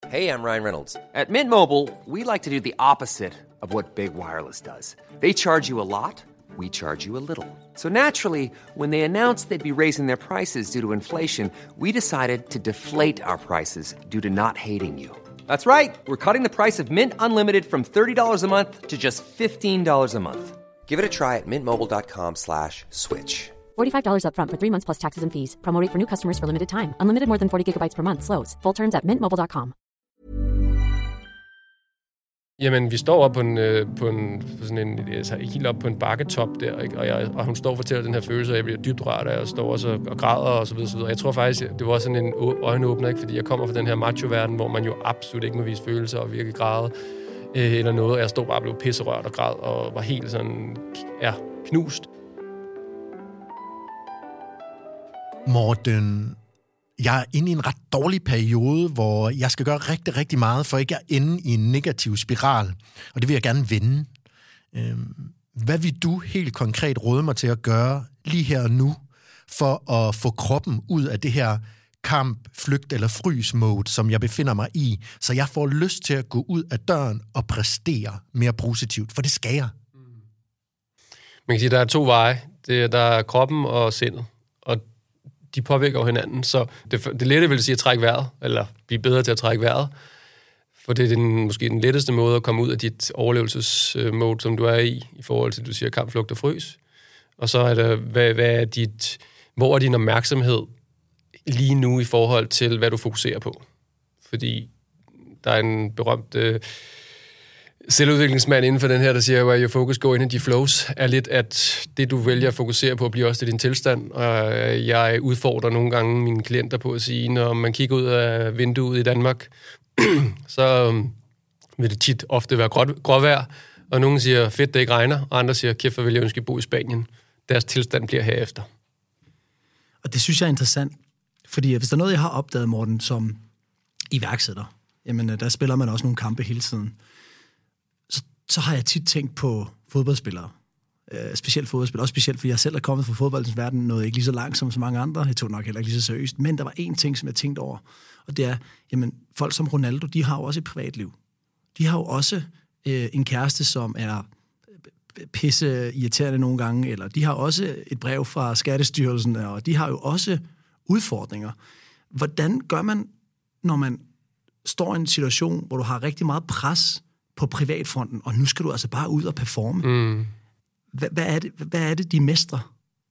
Hey, I'm Ryan Reynolds. At Mint Mobile, we like to do the opposite of what Big Wireless does. They charge you a lot, we charge you a little. So naturally, when they announced they'd be raising their prices due to inflation, we decided to deflate our prices due to not hating you. That's right. We're cutting the price of Mint Unlimited from $30 a month to just $15 a month. Give it a try at mintmobile.com/switch. $45 up front for 3 months plus taxes and fees. Promo rate for new customers for limited time. Unlimited more than 40 gigabytes per month. Slows full terms at mintmobile.com. Jamen, vi står oppe på sådan en altså helt op på en bakketop der, ikke? Og hun står og fortæller den her følelse, og jeg bliver dybt rørt, og jeg står også og græder og så videre, så videre. Jeg tror faktisk, det var sådan en øjenåbner, ikke? Fordi jeg kommer fra den her macho-verden, hvor man jo absolut ikke må vise følelser og virkelig græde eller noget. Og jeg stod bare og blev pisserørt og græd og var helt sådan, knust. Morten, jeg er inde i en ret dårlig periode, hvor jeg skal gøre rigtig, rigtig meget, for ikke at ende i en negativ spiral. Og det vil jeg gerne vende. Hvad vil du helt konkret råde mig til at gøre lige her og nu, for at få kroppen ud af det her kamp, flygt eller frys-mode, som jeg befinder mig i, så jeg får lyst til at gå ud af døren og præstere mere positivt, for det skal jeg. Man kan sige, at der er 2 veje. Der er kroppen og sindet, og de påvirker jo hinanden, så det lette vil sige at trække vejret, eller blive bedre til at trække vejret, for det er måske den letteste måde at komme ud af dit overlevelsesmode, som du er i forhold til, du siger kamp, flugt og frys. Og så er der, hvor er din opmærksomhed lige nu i forhold til, hvad du fokuserer på? Fordi der er en berømt selvudviklingsmand inden for den her, der siger, where your focus go energy flows, er lidt, at det, du vælger at fokusere på, bliver også til din tilstand. Og jeg udfordrer nogle gange mine klienter på at sige, når man kigger ud af vinduet i Danmark, så vil det tit ofte være gråvejr, og nogen siger, fedt, det ikke regner, og andre siger, kæft, hvor vil jeg ønske at bo i Spanien. Deres tilstand bliver herefter. Og det synes jeg er interessant, fordi hvis der er noget, jeg har opdaget, Morten, som iværksætter, jamen der spiller man også nogle kampe hele tiden. Så har jeg tit tænkt på fodboldspillere. Specielt fodboldspillere. Også specielt, fordi jeg selv er kommet fra fodboldens verden, noget ikke lige så langt som så mange andre. Jeg tog nok heller ikke lige så seriøst. Men der var én ting, som jeg tænkte over. Og det er, jamen, folk som Ronaldo, de har jo også et privatliv. De har jo også en kæreste, som er pisse irriterende nogle gange, eller de har også et brev fra Skattestyrelsen, og de har jo også udfordringer. Hvordan gør man, når man står i en situation, hvor du har rigtig meget pres på privatfronten, og nu skal du altså bare ud og performe? Hvad er det, de mestrer?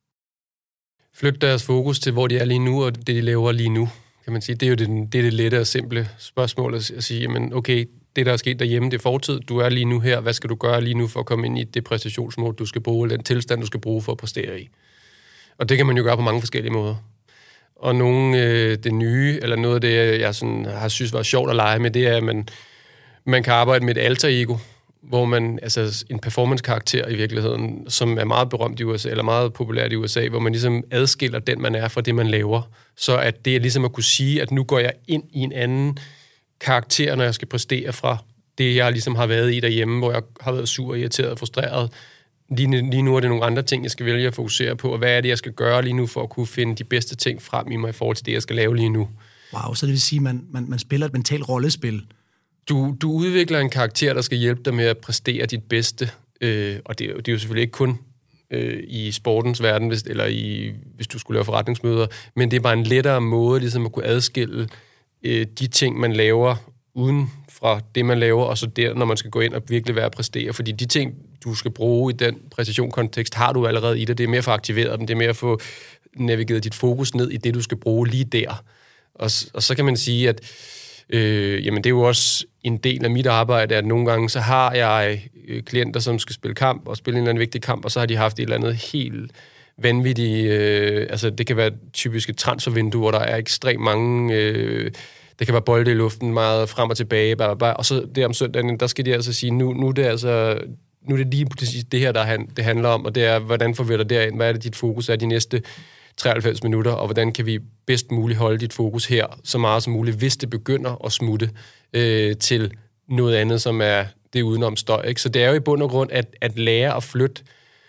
Flyt deres fokus til, hvor de er lige nu, og det, de laver lige nu, kan man sige. Det er jo det lette og simple spørgsmål at sige, jamen okay, det, der er sket derhjemme, det er fortid. Du er lige nu her. Hvad skal du gøre lige nu for at komme ind i det præstationsmode, du skal bruge, eller den tilstand, du skal bruge for at præstere i? Og det kan man jo gøre på mange forskellige måder. Og det nye, eller noget af det, jeg sådan har synes var sjovt at lege med, det er, at man kan arbejde med et alter ego, hvor man, altså en performance-karakter i virkeligheden, som er meget berømt i USA, eller meget populært i USA, hvor man ligesom adskiller den, man er, fra det, man laver. Så at det er ligesom at kunne sige, at nu går jeg ind i en anden karakter, når jeg skal præstere fra det, jeg ligesom har været i derhjemme, hvor jeg har været sur, irriteret og frustreret. Lige nu er det nogle andre ting, jeg skal vælge at fokusere på, og hvad er det, jeg skal gøre lige nu, for at kunne finde de bedste ting frem i mig i forhold til det, jeg skal lave lige nu. Wow, så det vil sige, at man spiller et mentalt rollespil. Du udvikler en karakter, der skal hjælpe dig med at præstere dit bedste, og det er jo selvfølgelig ikke kun i sportens verden, hvis du skulle lave forretningsmøder, men det er bare en lettere måde ligesom at kunne adskille de ting, man laver uden fra det, man laver, og så der, når man skal gå ind og virkelig være at præstere. Fordi de ting, du skal bruge i den præstationkontekst, har du allerede i det. Det er mere for at aktivere dem, det er mere at få navigeret dit fokus ned i det, du skal bruge lige der. Og så kan man sige, at jamen det er jo også en del af mit arbejde, at nogle gange så har jeg klienter, som skal spille kamp og spille en eller anden vigtig kamp, og så har de haft et eller andet helt vanvittigt, altså det kan være typisk et transfervindue, hvor der er ekstremt mange, der kan være bolde i luften meget frem og tilbage, og så der om søndagen, der skal de altså sige, nu er det lige præcis det her, det handler om, og det er, hvordan får vi dig derind, hvad er det dit fokus er de næste 93 minutter, og hvordan kan vi bedst muligt holde dit fokus her, så meget som muligt, hvis det begynder at smutte til noget andet, som er det udenom støj. Ikke? Så det er jo i bund og grund at lære at flytte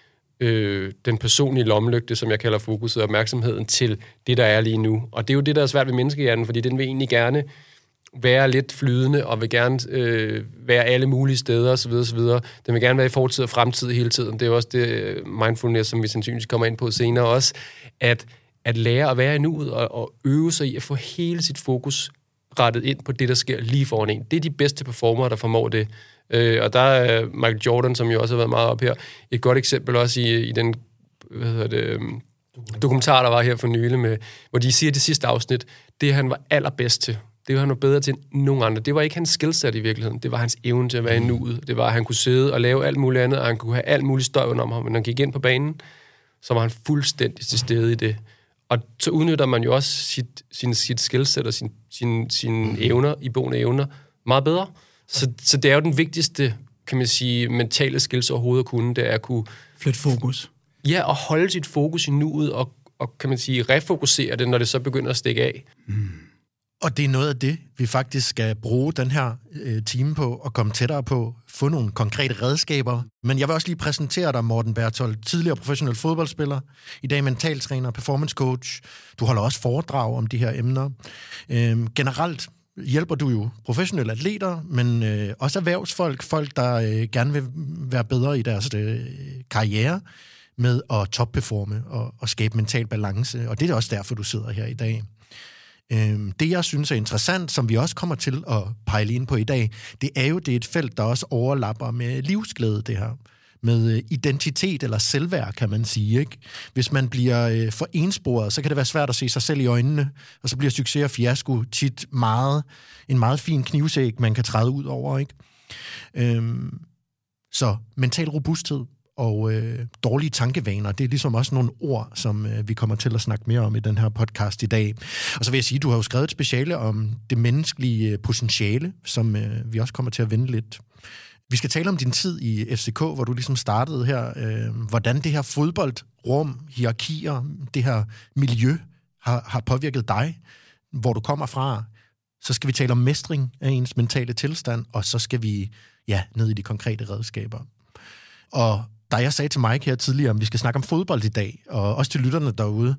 den personlige lommelygte, som jeg kalder fokuset og opmærksomheden, til det, der er lige nu. Og det er jo det, der er svært ved menneskehjernen, fordi den vil egentlig gerne være lidt flydende, og vil gerne være alle mulige steder, osv. osv. Den vil gerne være i fortid og fremtid hele tiden. Det er jo også det mindfulness, som vi sandsynligvis kommer ind på senere også, at lære at være i nuet og øve sig i at få hele sit fokus rettet ind på det, der sker lige foran en. Det er de bedste performere, der formår det. Og der er Michael Jordan, som jo også har været meget op her, et godt eksempel også i den dokumentar, der var her for nylig, hvor de siger det sidste afsnit, det han var allerbedst til. Det var han var bedre til end nogen andre. Det var ikke hans skillset i virkeligheden. Det var hans evne til at være i nuet. Det var, at han kunne sidde og lave alt muligt andet, og han kunne have alt muligt støj under ham. Men når han gik ind på banen, så var han fuldstændig til stede i det. Og så udnytter man jo også sit skillset og sine evner, iboende evner, meget bedre. Så det er jo den vigtigste, kan man sige, mentale skills overhovedet at kunne, det er at kunne flytte fokus. Ja, og holde sit fokus i nuet, og kan man sige, refokusere det, når det så begynder at stikke af. Og det er noget af det, vi faktisk skal bruge den her time på, og komme tættere på, få nogle konkrete redskaber. Men jeg vil også lige præsentere dig, Morten Berthold, tidligere professionel fodboldspiller, i dag mentaltræner, performance coach. Du holder også foredrag om de her emner. Generelt hjælper du jo professionelle atleter, men også erhvervsfolk, folk, der gerne vil være bedre i deres karriere, med at topperforme og skabe mental balance. Og det er også derfor, du sidder her i dag. Det, jeg synes er interessant, som vi også kommer til at pejle ind på i dag, det er jo, det er et felt, der også overlapper med livsglæde, det her. Med identitet eller selvværd, kan man sige, ikke? Hvis man bliver for ensporet, så kan det være svært at se sig selv i øjnene, og så bliver succes og fiasko tit en meget fin knivsæg, man kan træde ud over, ikke? Så mental robusthed og dårlige tankevaner, det er ligesom også nogle ord, som vi kommer til at snakke mere om i den her podcast i dag. Og så vil jeg sige, du har jo skrevet et speciale om det menneskelige potentiale, som vi også kommer til at vende lidt. Vi skal tale om din tid i FCK, hvor du ligesom startede her. Hvordan det her fodboldrum, hierarkier, det her miljø har påvirket dig, hvor du kommer fra. Så skal vi tale om mestring af ens mentale tilstand, og så skal vi ned i de konkrete redskaber. Og da jeg sagde til Mike her tidligere, om vi skal snakke om fodbold i dag, og også til lytterne derude,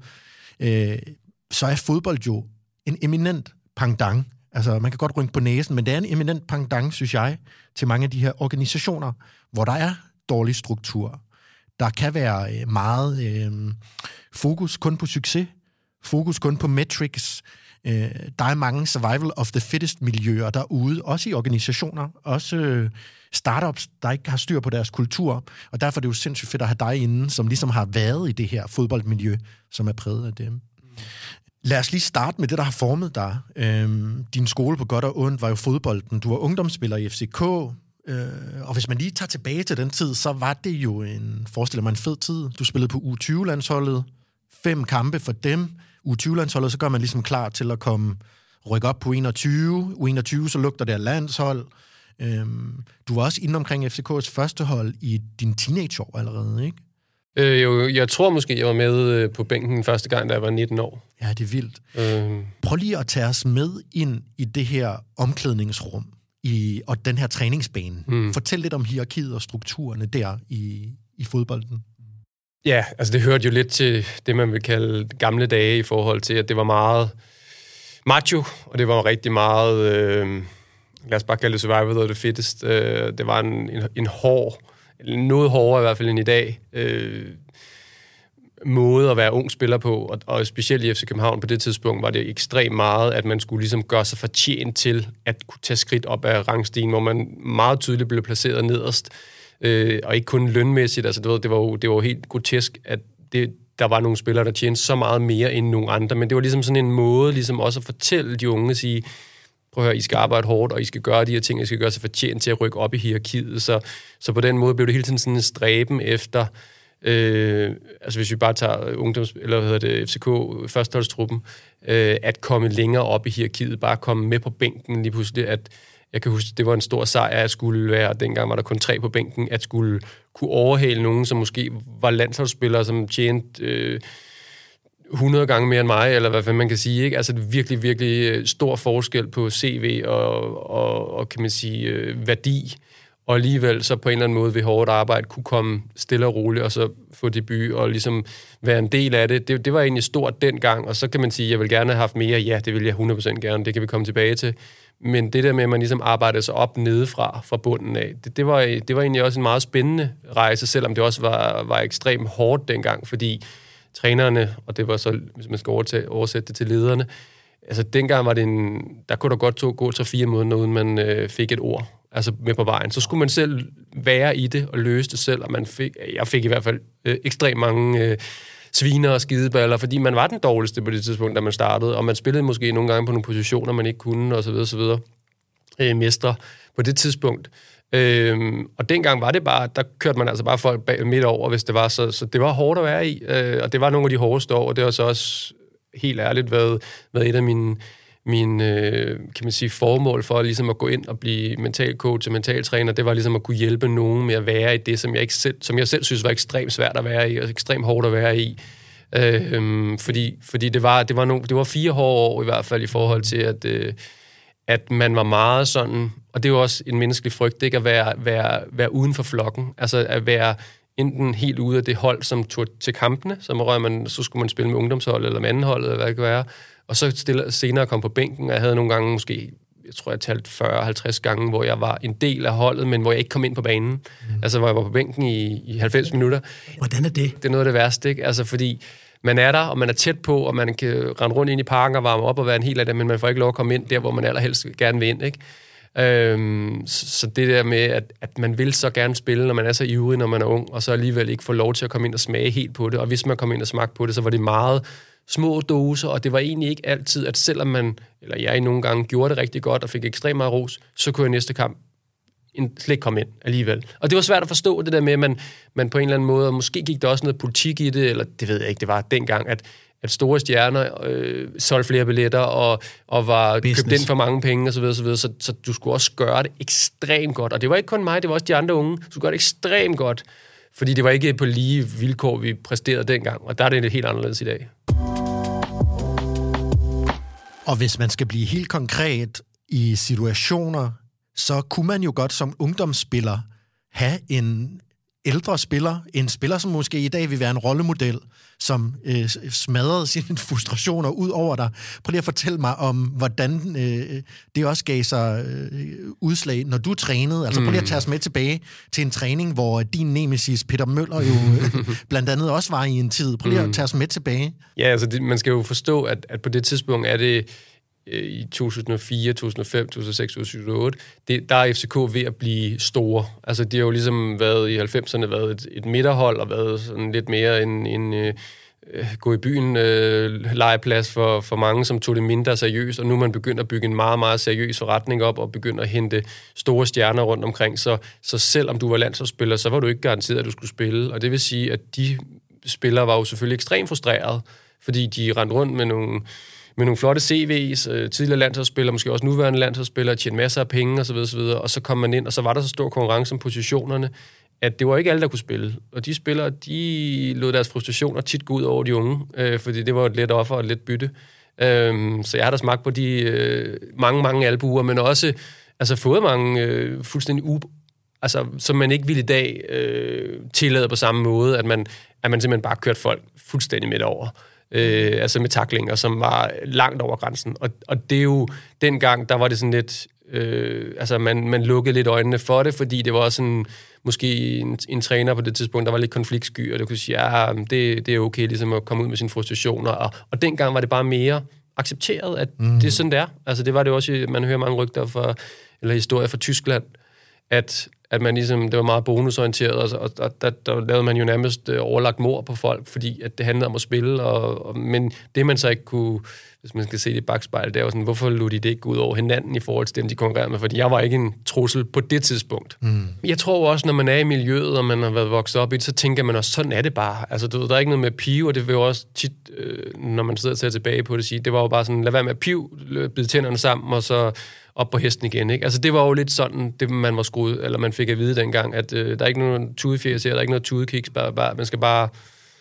så er fodbold jo en eminent pendant. Altså, man kan godt rynke på næsen, men det er en eminent pendant, synes jeg, til mange af de her organisationer, hvor der er dårlig struktur. Der kan være meget fokus kun på succes, fokus kun på metrics. Der er mange survival of the fittest miljøer derude, også i organisationer, også startups, der ikke har styr på deres kultur, og derfor er det jo sindssygt fedt at have dig inde, som ligesom har været i det her fodboldmiljø, som er præget af dem. Lad os lige starte med det, der har formet dig. Din skole på godt og ondt var jo fodbolden. Du var ungdomsspiller i FCK, og hvis man lige tager tilbage til den tid, så var det jo en fed tid. Du spillede på U20-landsholdet, 5 kampe for dem. U20-landsholdet, så gør man ligesom klar til at rykke op på U21. U21, så lugter det af landshold. Du var også inde omkring FCK's første hold i din teenageår allerede, ikke? Jeg tror måske, jeg var med på bænken første gang, da jeg var 19 år. Ja, det er vildt. Prøv lige at tage os med ind i det her omklædningsrum og den her træningsbane. Fortæl lidt om hierarkiet og strukturerne der i fodbolden. Ja, altså det hørte jo lidt til det, man vil kalde gamle dage i forhold til, at det var meget macho, og det var rigtig meget, lad os bare kalde det survival of the fittest. Det var en hård, noget hårdere i hvert fald end i dag, måde at være ung spiller på, og specielt i FC København på det tidspunkt var det ekstremt meget, at man skulle ligesom gøre sig fortjent til at kunne tage skridt op ad rangstigen, hvor man meget tydeligt blev placeret nederst, og ikke kun lønmæssigt. Altså, det var jo helt grotesk, at der var nogle spillere, der tjente så meget mere end nogle andre, men det var ligesom sådan en måde ligesom også at fortælle de unge, at sige, prøv at høre, I skal arbejde hårdt, og I skal gøre de her ting, I skal gøre sig fortjent til at rykke op i hierarkiet. Så på den måde blev det hele tiden sådan en stræben efter, altså hvis vi bare tager FCK førsteholdstruppen, at komme længere op i hierarkiet, bare komme med på bænken lige pludselig, at jeg kan huske, det var en stor sejr, at skulle være, dengang var der kun 3 på bænken, at skulle kunne overhale nogen, som måske var landsholdsspillere, som tjente 100 gange mere end mig, eller hvad man kan sige, ikke? Altså virkelig, virkelig stor forskel på CV og kan man sige, værdi, og alligevel så på en eller anden måde ved hårdt arbejde kunne komme stille og roligt, og så få debut, og ligesom være en del af det. Det var egentlig stort dengang, og så kan man sige, at jeg vil gerne have haft mere. Ja, det vil jeg 100% gerne, det kan vi komme tilbage til. Men det der med, at man ligesom arbejdede sig op nedefra, fra bunden af, det var egentlig også en meget spændende rejse, selvom det også var ekstremt hårdt dengang, fordi trænerne, og det var så, hvis man skal oversætte det til lederne, altså dengang var det der kunne der godt gå 3-4 måneder, uden man fik et ord altså med på vejen. Så skulle man selv være i det og løse det selv, og jeg fik i hvert fald ekstremt mange sviner og skideballer, fordi man var den dårligste på det tidspunkt, da man startede, og man spillede måske nogle gange på nogle positioner, man ikke kunne, og så videre, mestre på det tidspunkt. Og dengang var det bare, der kørte man altså bare folk midt over, hvis det var så det var hårdt at være i, og det var nogle af de hårdeste år, og det var så også helt ærligt været et af mine kan man sige, formål for ligesom at gå ind og blive mental coach og mental træner, det var ligesom at kunne hjælpe nogen med at være i det, som jeg selv synes var ekstremt svært at være i, og ekstremt hårdt at være i. Fordi det var 4 hårde år i hvert fald i forhold til, at man var meget sådan, og det er jo også en menneskelig frygt, ikke at være uden for flokken, altså at være enten helt ude af det hold, som tog til kampene, så skulle man spille med ungdomshold eller med andenholdet, eller hvad det kan være, og så senere kom på bænken, og jeg havde nogle gange måske, jeg tror jeg talte 40-50 gange, hvor jeg var en del af holdet, men hvor jeg ikke kom ind på banen. Altså hvor jeg var på bænken i 90 minutter. Hvordan er det? Det er noget af det værste, ikke? Altså fordi man er der, og man er tæt på, og man kan rende rundt ind i parken og varme op og være en hel af det, men man får ikke lov at komme ind der, hvor man allerhelst gerne vil ind, ikke? Så det der med, at man vil så gerne spille, når man er så ivrig, når man er ung, og så alligevel ikke få lov til at komme ind og smage helt på det, og hvis man kom ind og smagte på det, så var det meget små doser, og det var egentlig ikke altid, at selvom jeg nogle gange gjorde det rigtig godt og fik ekstremt meget ros, så kunne jeg næste kamp slet ikke komme ind alligevel. Og det var svært at forstå det der med, at man på en eller anden måde, og måske gik der også noget politik i det, eller det ved jeg ikke, det var dengang, at store stjerner solgte flere billetter og var business. Købt ind for mange penge osv., så du skulle også gøre det ekstremt godt. Og det var ikke kun mig, det var også de andre unge. Du skulle gøre det ekstremt godt, fordi det var ikke på lige vilkår, vi præsterede dengang, og der er det helt anderledes i dag. Og hvis man skal blive helt konkret i situationer, så kunne man jo godt som ungdomsspiller have en ældre spiller, en spiller, som måske i dag vil være en rollemodel, som smadrede sine frustrationer ud over dig. Prøv lige at fortælle mig om, hvordan det også gav sig udslag, når du trænede. Altså prøv lige at tage os med tilbage til en træning, hvor din nemesis Peter Møller jo blandt andet også var i en tid. Prøv lige at tage os med tilbage. Ja, altså man skal jo forstå, at på det tidspunkt er det i 2004, 2005, 2006, 2008, der er FCK ved at blive store. Altså, de har jo ligesom været i 90'erne været et midterhold, og været sådan lidt mere en gå i byen legeplads for mange, som tog det mindre seriøst, og nu er man begyndt at bygge en meget, meget seriøs forretning op, og begyndt at hente store stjerner rundt omkring. Så selvom du var landsholdsspiller, så var du ikke garanteret, at du skulle spille. Og det vil sige, at de spillere var jo selvfølgelig ekstremt frustrerede, fordi de rendte rundt med nogle flotte CV's, tidligere landsholdsspillere, måske også nuværende landsholdsspillere, tjente masser af penge osv., og så kom man ind, og så var der så stor konkurrence om positionerne, at det var ikke alle, der kunne spille. Og de spillere, de lod deres frustrationer tit gå ud over de unge, fordi det var et let offer og et let bytte. Så jeg har da smagt på de mange albuer, men også fået mange fuldstændig som man ikke ville i dag tillade på samme måde, at man simpelthen bare kørte folk fuldstændig midt over. Med tacklinger, som var langt over grænsen. Og det er jo, dengang, der var det sådan lidt, man lukkede lidt øjnene for det, fordi det var sådan, måske en træner på det tidspunkt, der var lidt konfliktsky, og der kunne sige, ja, det er okay ligesom at komme ud med sine frustrationer. Og dengang var det bare mere accepteret, at det er sådan, det er. Altså det var det også, man hører mange rygter eller historier fra Tyskland, at man ligesom, det var meget bonusorienteret, og der lavede man jo nærmest overlagt mord på folk, fordi at det handlede om at spille, men det man så ikke kunne, hvis man skal se det i bagspejlet, det er jo sådan, hvorfor lod de det ikke gå ud over hinanden i forhold til dem, de konkurrerede med, fordi jeg var ikke en trussel på det tidspunkt. Jeg tror også, når man er i miljøet, og man har været vokset op i det, så tænker man også, sådan er det bare. Altså, der er ikke noget med pive, og det vil jo også tit, når man sidder og ser tilbage på det, sige, det var jo bare sådan, lad være med at pive, bide tænderne sammen, og så op på hesten igen, ikke? Altså, det var jo lidt sådan, det man var skruet, eller man fik at vide dengang, at der er ikke nogen tudefjæs her, der er ikke noget tudekiks, man skal bare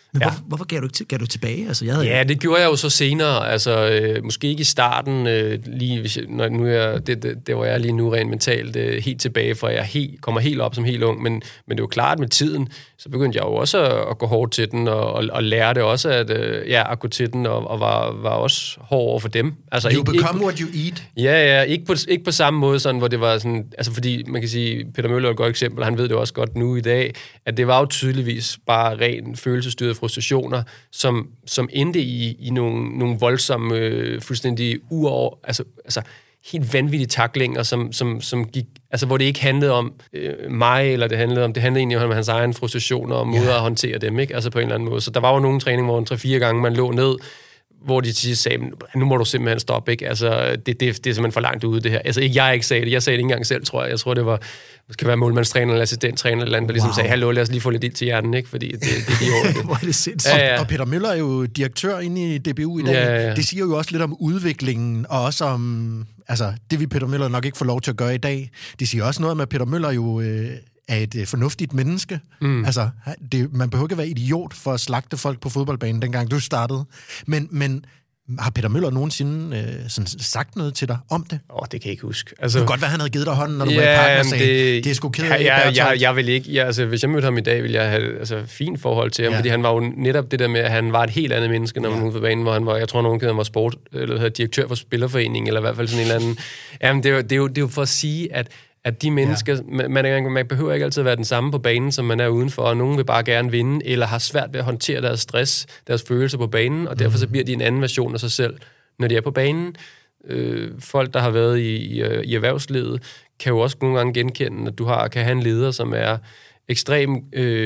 Men hvorfor gav du tilbage? Altså, Ja, det gjorde jeg jo så senere. Altså, måske ikke i starten, lige hvis hvor jeg er lige nu rent mentalt helt tilbage, for jeg kommer helt op som helt ung. Men det er jo klart, at med tiden, så begyndte jeg jo også at gå hårdt til den, og lære det også at gå til den, og var også hård over for dem. Altså, you become what you eat. Ja, ikke på samme måde, sådan, hvor det var sådan... Altså, fordi man kan sige, Peter Møller er et godt eksempel, han ved det også godt nu i dag, at det var jo tydeligvis bare ren følelsesstyret frustrationer, som endte i nogle voldsomme, fuldstændig altså helt vanvittige tacklinger, som gik, altså hvor det ikke handlede om mig, eller det handlede egentlig om hans egen frustrationer og måder at håndtere dem, ikke? Altså på en eller anden måde. Så der var jo nogle træning, hvor 3-4 gange man lå ned, hvor de til sidst sagde, nu må du simpelthen stoppe, ikke? Altså, det er simpelthen for langt ude, det her. Altså, jeg ikke sagde det. Jeg sagde det ikke engang selv, tror jeg. Jeg tror, det var, måske være målmandstræner eller assistenttræner eller andet, der ligesom sagde, hallo, lad os lige få lidt ild til hjernen, ikke? Fordi det er de Hvor er det sindssygt. Og Peter Møller er jo direktør inde i DBU i dag. Ja. Det siger jo også lidt om udviklingen, og også om, altså, det vil Peter Møller nok ikke få lov til at gøre i dag. Det siger også noget om, at Peter Møller jo er et fornuftigt menneske. Altså, man behøver ikke være idiot for at slagte folk på fodboldbanen, dengang du startede. Men har Peter Møller nogensinde sådan sagt noget til dig om det? Det kan jeg ikke huske. Altså, det kunne godt være, han havde givet dig hånden, når du var i parken og sagde, det er sgu ked af. Jeg vil ikke. Altså, hvis jeg mødte ham i dag, ville jeg have fint forhold til ham, fordi han var jo netop det der med, at han var et helt andet menneske, når man var ude på banen, hvor han var, jeg tror, nogen han var direktør for Spillerforeningen, eller i hvert fald sådan en eller anden. Jamen, det er jo for at sige, at de mennesker, man behøver ikke altid at være den samme på banen, som man er udenfor, og nogen vil bare gerne vinde, eller har svært ved at håndtere deres stress, deres følelser på banen, og derfor så bliver de en anden version af sig selv, når de er på banen. Folk, der har været i erhvervslivet, kan jo også nogle gange genkende, at du kan have en leder, som er ekstremt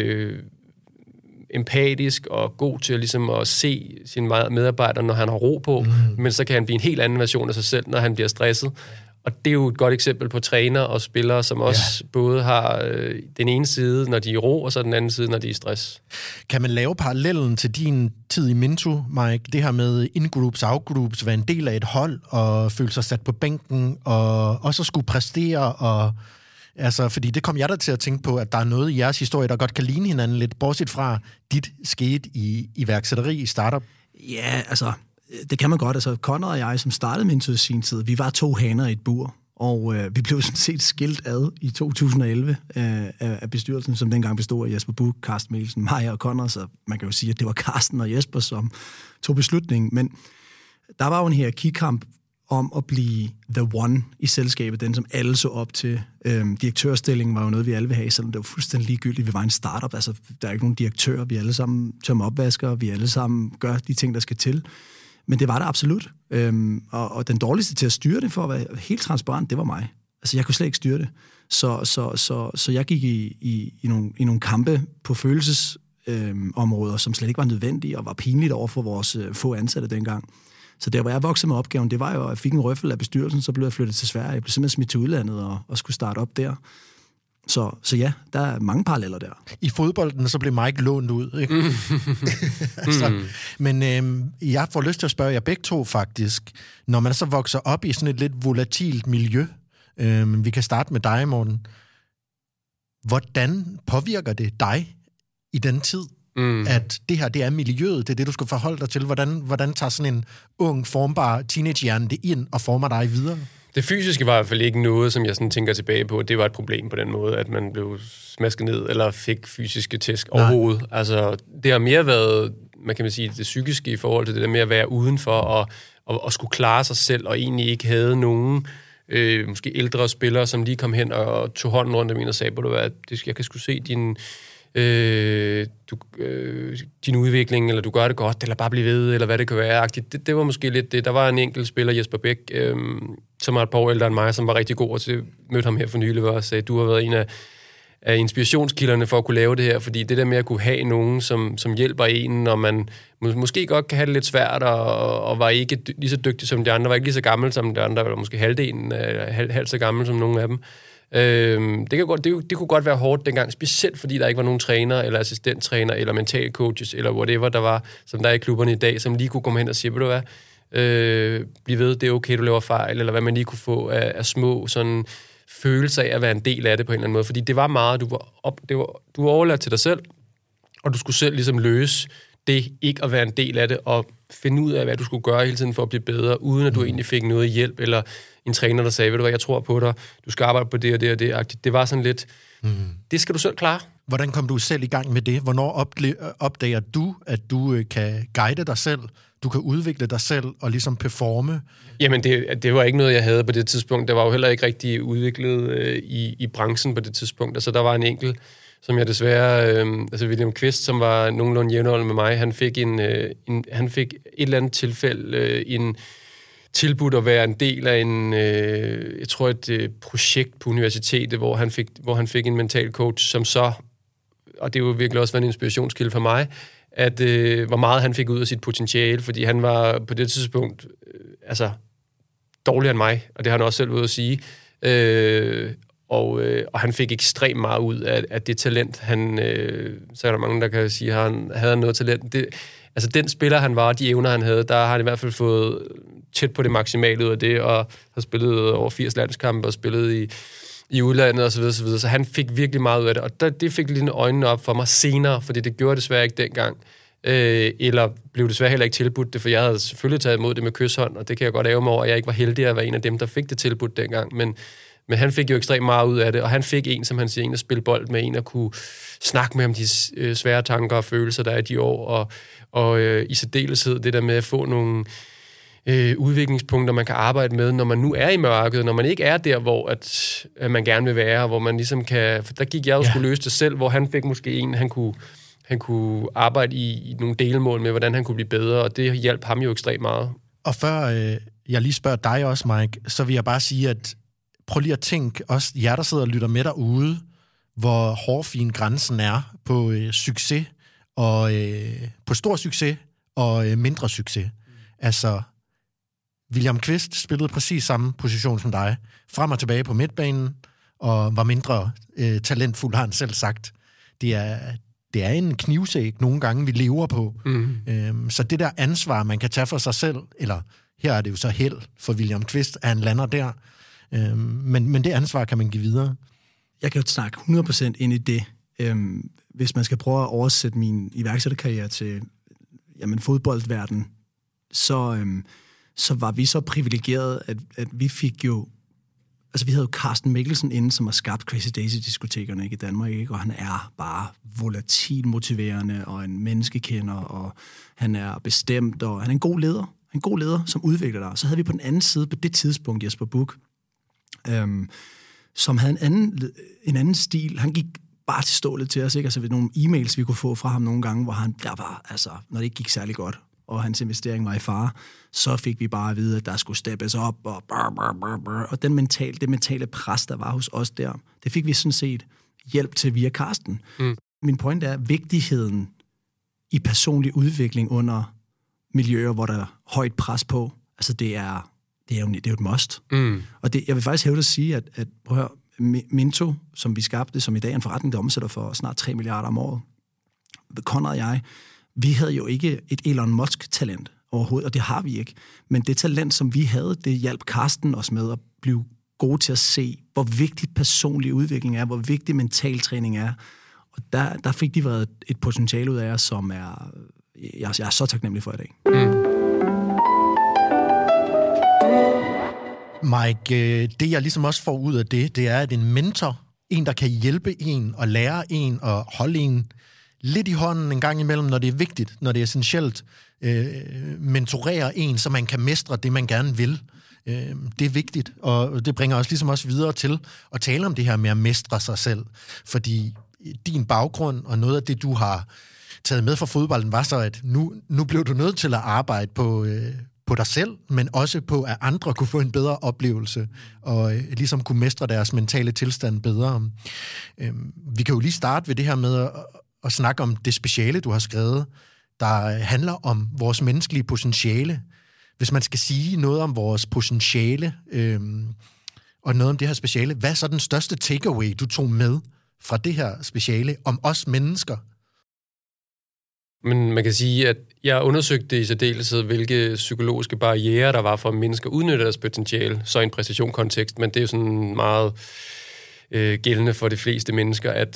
empatisk og god til ligesom at se sine medarbejdere, når han har ro på, men så kan han blive en helt anden version af sig selv, når han bliver stresset. Og det er jo et godt eksempel på træner og spillere, som også både har den ene side, når de er i ro, og så den anden side, når de er i stress. Kan man lave parallellen til din tid i Minto, Mike? Det her med in-groups, out-groups, være en del af et hold, og føle sig sat på bænken, og også skulle præstere, og altså, fordi det kom jeg da til at tænke på, at der er noget i jeres historie, der godt kan ligne hinanden lidt, bortset fra dit skete i iværksætteri, i startup. Ja, altså... Det kan man godt. Altså, Conrad og jeg, som startede Minto i sin tid, vi var 2 haner i et bur, og vi blev sådan set skilt ad i 2011 af bestyrelsen, som dengang bestod af Jesper Buch, Carsten Mikkelsen, mig og Conrad, så man kan jo sige, at det var Carsten og Jesper, som tog beslutningen. Men der var jo en hierarkikamp om at blive the one i selskabet, den som alle så op til. Direktørstillingen var jo noget, vi alle ville have, selvom det var fuldstændig ligegyldigt. Vi var en startup, altså der er ikke nogen direktør, vi alle sammen tømmer opvasker, vi alle sammen gør de ting, der skal til. Men det var det absolut. Og den dårligste til at styre det, for at være helt transparent, det var mig. Altså, jeg kunne slet ikke styre det. Så jeg gik i nogle kampe på følelsesområder, som slet ikke var nødvendige, og var pinligt over for vores få ansatte dengang. Så der, hvor jeg voksede med opgaven, det var jo, at jeg fik en røffel af bestyrelsen, så blev jeg flyttet til Sverige. Jeg blev simpelthen smidt til udlandet og skulle starte op der. Så ja, der er mange paralleller der. I fodbolden, så blev Mike lånt ud, ikke? Altså, men jeg får lyst til at spørge jer begge to, faktisk. Når man så vokser op i sådan et lidt volatilt miljø, vi kan starte med dig, Morten. Hvordan påvirker det dig i den tid, at det her, det er miljøet, det er det, du skal forholde dig til? Hvordan tager sådan en ung, formbar teenagehjerne det ind og former dig videre? Det fysiske var i hvert fald ikke noget, som jeg sådan tænker tilbage på. Det var et problem på den måde, at man blev smasket ned, eller fik fysiske tæsk overhovedet. Altså, det har mere været, man kan sige, det psykiske i forhold til det der med at være udenfor og skulle klare sig selv, og egentlig ikke havde nogen måske ældre spillere, som lige kom hen og tog hånden rundt af min og sagde, jeg kan sgu se din udvikling, eller du gør det godt, eller bare blive ved, eller hvad det kan være. Det var måske lidt det. Der var en enkelt spiller, Jesper Bæk, som var et par år ældre end mig, som var rigtig god, og så mødte ham her for nylig, og sagde, du har været en af inspirationskilderne for at kunne lave det her, fordi det der med at kunne have nogen, som hjælper en, når man måske godt kan have det lidt svært, og var ikke lige så dygtig som de andre, var ikke lige så gammel som de andre, eller måske halvt så gammel som nogle af dem. Det kunne godt være hårdt dengang, specielt fordi der ikke var nogen træner, eller assistenttræner, eller mental coaches, eller whatever der var, som der er i klubberne i dag, som lige kunne komme hen og sige, ved du hvad, bliv ved, det er okay, du laver fejl, eller hvad man lige kunne få af små sådan følelser af at være en del af det på en eller anden måde, fordi det var meget, du var overladt til dig selv, og du skulle selv ligesom løse det ikke at være en del af det, og finde ud af, hvad du skulle gøre hele tiden for at blive bedre, uden at du egentlig fik noget hjælp, eller en træner, der sagde, ved du hvad, jeg tror på dig, du skal arbejde på det og det og det. Det var sådan lidt, det skal du selv klare. Hvordan kom du selv i gang med det? Hvornår opdager du, at du kan guide dig selv, du kan udvikle dig selv og ligesom performe? Jamen, det var ikke noget, jeg havde på det tidspunkt. Det var jo heller ikke rigtig udviklet i branchen på det tidspunkt. Altså, der var en enkelt, som jeg desværre... William Kvist, som var nogenlunde jævnaldrende med mig, han fik et eller andet tilfælde en tilbudt at være en del af et projekt på universitetet, hvor han fik en mental coach, som så, og det er jo virkelig også været en inspirationskilde for mig, at hvor meget han fik ud af sit potentiale, fordi han var på det tidspunkt dårligere end mig, og det har han også selv ude at sige. Og han fik ekstremt meget ud af det talent. Så er der mange, der kan sige, at han havde noget talent. Den spiller, han var, de evner, han havde, der har han i hvert fald fået tæt på det maksimale ud af det, og har spillet over 80 landskampe, og spillet i udlandet osv. Så han fik virkelig meget ud af det, og det fik lidt øjnene op for mig senere, fordi det gjorde desværre ikke dengang. Eller blev desværre heller ikke tilbudt det, for jeg havde selvfølgelig taget imod det med kyshånd, og det kan jeg godt ærge mig over, at jeg ikke var heldig at være en af dem, der fik det tilbudt dengang, men han fik jo ekstremt meget ud af det, og han fik en, som han siger, en at spille bold med, en at kunne snakke med om de svære tanker og følelser, der er i de år, og i særdeleshed det der med at få nogle udviklingspunkter, man kan arbejde med, når man nu er i mørket, når man ikke er der, hvor at man gerne vil være, hvor man ligesom kan... For der gik jeg jo skulle løse det selv, hvor han fik måske en, han kunne arbejde i nogle delmål med, hvordan han kunne blive bedre, og det hjalp ham jo ekstremt meget. Og før jeg lige spørger dig også, Mike, så vil jeg bare sige, at prøv lige at tænke, også jer, der sidder og lytter med derude, hvor hårfin grænsen er på succes, og på stor succes og mindre succes. Altså, William Kvist spillede præcis samme position som dig. Frem og tilbage på midtbanen, og var mindre talentfuld, har han selv sagt. Det er en knivsæg nogle gange, vi lever på. Så det der ansvar, man kan tage for sig selv, eller her er det jo så held for William Kvist, at han lander der, men det ansvar kan man give videre. Jeg kan jo snakke 100% ind i det. Hvis man skal prøve at oversætte min iværksætterkarriere til fodboldverden, så var vi så privilegerede, at vi fik jo... Altså, vi havde jo Carsten Mikkelsen inde, som har skabt Crazy Daisy-diskotekerne i Danmark, ikke? Og han er bare volatil motiverende, og en menneskekender, og han er bestemt, og han er en god leder. En god leder, som udvikler dig. Så havde vi på den anden side, på det tidspunkt, Jesper Buch, som havde en anden stil. Han gik bare til stålet til os, ikke? Altså, ved nogle e-mails, vi kunne få fra ham nogle gange, hvor der var, altså, når det ikke gik særlig godt, og hans investering var i fare, så fik vi bare at vide, at der skulle steppes op, og det mentale pres, der var hos os der, det fik vi sådan set hjælp til via Carsten. Min point er vigtigheden i personlig udvikling under miljøer, hvor der er højt pres på. Altså, det er jo et must. Og jeg vil faktisk hævde at sige, at prøv at høre, Minto, som vi skabte, som i dag er en forretning, der omsætter for snart 3 milliarder om året, Conrad og jeg, vi havde jo ikke et Elon Musk-talent overhovedet, og det har vi ikke. Men det talent, som vi havde, det hjalp Carsten os med at blive gode til at se, hvor vigtigt personlig udvikling er, hvor vigtig mental træning er. Og der fik de været et potentiale ud af os, som jeg er så taknemmelig for i dag. Mike, det jeg ligesom også får ud af det er, at en mentor, en der kan hjælpe en og lære en og holde en lidt i hånden en gang imellem, når det er vigtigt, når det er essentielt, mentorere en, så man kan mestre det, man gerne vil. Det er vigtigt, og det bringer os ligesom også videre til at tale om det her med at mestre sig selv. Fordi din baggrund og noget af det, du har taget med fra fodbolden, var så, at nu blev du nødt til at arbejde på dig selv, men også på, at andre kunne få en bedre oplevelse, og ligesom kunne mestre deres mentale tilstand bedre. Vi kan jo lige starte ved det her med at snakke om det speciale, du har skrevet, der handler om vores menneskelige potentiale. Hvis man skal sige noget om vores potentiale, og noget om det her speciale, hvad er så den største takeaway, du tog med fra det her speciale om os mennesker? Men man kan sige, at jeg undersøgte i særdeleshed, hvilke psykologiske barrierer der var for, at mennesker udnytter deres potentiale, så i en præstationskontekst, men det er jo sådan meget gældende for de fleste mennesker, at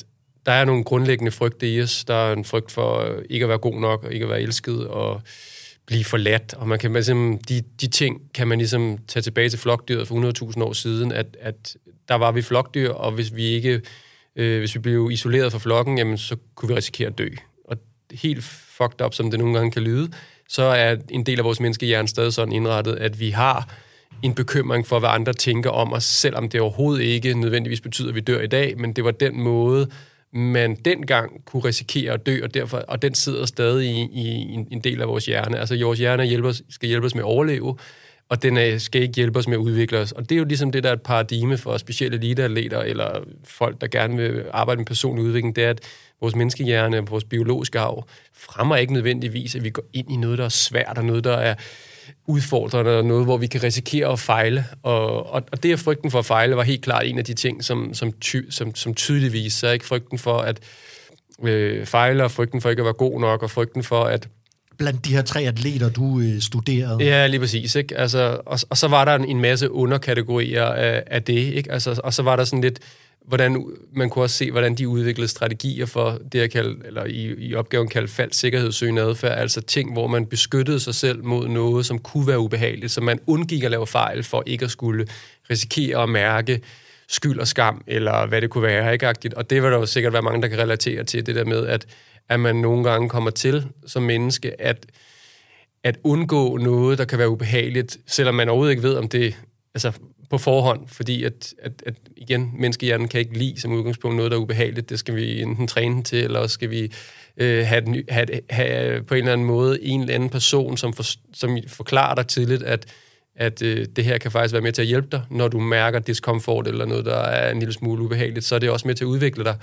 der er nogle grundlæggende frygte i os. Der er en frygt for ikke at være god nok, og ikke at være elsket, og blive forladt. Og man kan ligesom, de ting kan man ligesom tage tilbage til flokdyret for 100.000 år siden, at der var vi flokdyr, og hvis vi blev isoleret fra flokken, jamen, så kunne vi risikere at dø. Og helt fucked up, som det nogle gange kan lyde, så er en del af vores menneskehjerne stadig sådan indrettet, at vi har en bekymring for, hvad andre tænker om os, selvom det overhovedet ikke nødvendigvis betyder, at vi dør i dag, men det var den måde, man dengang kunne risikere at dø, og den sidder stadig i en del af vores hjerne. Altså, vores hjerne skal hjælpe os med at overleve, og den skal ikke hjælpe os med at udvikle os. Og det er jo ligesom det, der er et paradigme for specielle eliteatleter, eller folk, der gerne vil arbejde med personlig udvikling, det er, at vores menneskehjerne, vores biologiske arv, fremmer ikke nødvendigvis, at vi går ind i noget, der er svært, og noget, der er udfordrende, og noget, hvor vi kan risikere at fejle. Og det, at frygten for at fejle, var helt klart en af de ting, som tydeligvis så ikke frygten for at fejle, og frygten for ikke at være god nok, og frygten for at... Blandt de her 3 atleter, du studerede. Ja, lige præcis. Ikke? Altså, og så var der en masse underkategorier af det. Ikke? Altså, og så var der sådan lidt... hvordan man kunne også se, hvordan de udviklede strategier for det, jeg kalder, eller i opgaven kaldt falsk sikkerhedssøgende adfærd, altså ting, hvor man beskyttede sig selv mod noget, som kunne være ubehageligt, så man undgik at lave fejl for ikke at skulle risikere at mærke skyld og skam, eller hvad det kunne være, ikke? Og det vil der jo sikkert være mange, der kan relatere til, det der med, at man nogle gange kommer til som menneske, at undgå noget, der kan være ubehageligt, selvom man overhovedet ikke ved, om det... Altså, på forhånd, fordi at igen, menneskehjernen kan ikke lide som udgangspunkt noget, der er ubehageligt. Det skal vi enten træne den til, eller skal vi have på en eller anden måde en eller anden person, som forklarer dig tidligt, at det her kan faktisk være med til at hjælpe dig, når du mærker diskomfort eller noget, der er en lille smule ubehageligt, så er det også med til at udvikle dig.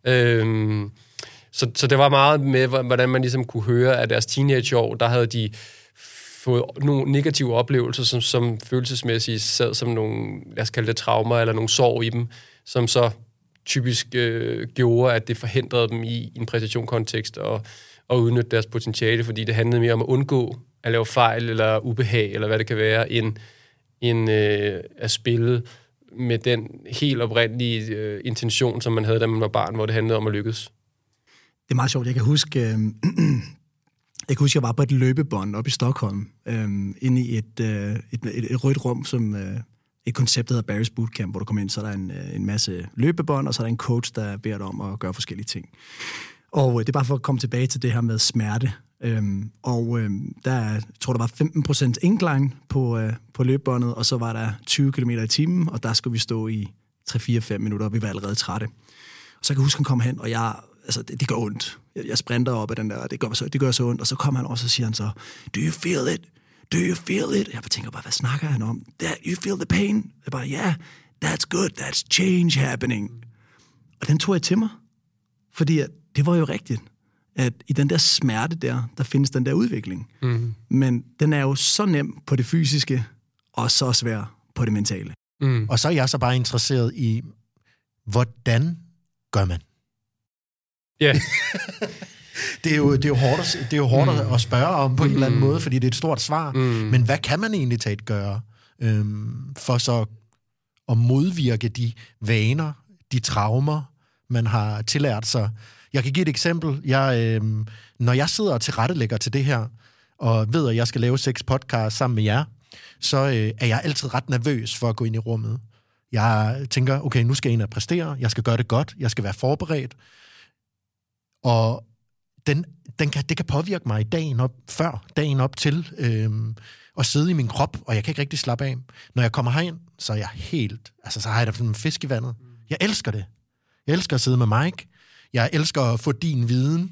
Så det var meget med, hvordan man ligesom kunne høre, at deres teenageår, der havde de fået nogle negative oplevelser, som følelsesmæssigt sad som nogle, lad os kalde det traumer, eller nogle sorg i dem, som så typisk gjorde, at det forhindrede dem i en præstationskontekst og udnytte deres potentiale, fordi det handlede mere om at undgå at lave fejl eller ubehag, eller hvad det kan være, end at spille med den helt oprindelige intention, som man havde, da man var barn, hvor det handlede om at lykkes. Det er meget sjovt. Jeg kan huske, jeg var på et løbebånd oppe i Stockholm, inde i et rødt rum, som et koncept, der hedder Barry's Bootcamp, hvor du kommer ind, så er der en masse løbebånd, og så er der en coach, der beder dig om at gøre forskellige ting. Og det er bare for at komme tilbage til det her med smerte. Jeg tror, der var 15% incline på løbebåndet, og så var der 20 km i timen, og der skulle vi stå i 3-4-5 minutter, og vi var allerede trætte. Og så kan jeg huske, han kom hen, og det gør ondt. Jeg sprinter op af den der, det gør så ondt, og så kommer han også, og siger han så, do you feel it? Do you feel it? Jeg tænker bare, hvad snakker han om? You feel the pain? Jeg bare, yeah, that's good, that's change happening. Og den tog jeg til mig, fordi det var jo rigtigt, at i den der smerte der findes den der udvikling. Mm. Men den er jo så nem på det fysiske, og så svær på det mentale. Mm. Og så er jeg så bare interesseret i, hvordan gør man? Ja. Yeah. Det er jo hårdt at spørge om på en eller anden måde, fordi det er et stort svar. Mm. Men hvad kan man egentlig gøre for så at modvirke de vaner, de traumer, man har tillært sig? Jeg kan give et eksempel. Når jeg sidder og tilrettelægger til det her, og ved, at jeg skal lave 6 podcasts sammen med jer, så er jeg altid ret nervøs for at gå ind i rummet. Jeg tænker, okay, nu skal jeg ind og præstere, jeg skal gøre det godt, jeg skal være forberedt. Og det kan påvirke mig dagen op til at sidde i min krop, og jeg kan ikke rigtig slappe af. Når jeg kommer herind, så er jeg så har jeg da en fisk i vandet. Jeg elsker det. Jeg elsker at sidde med Mike. Jeg elsker at få din viden,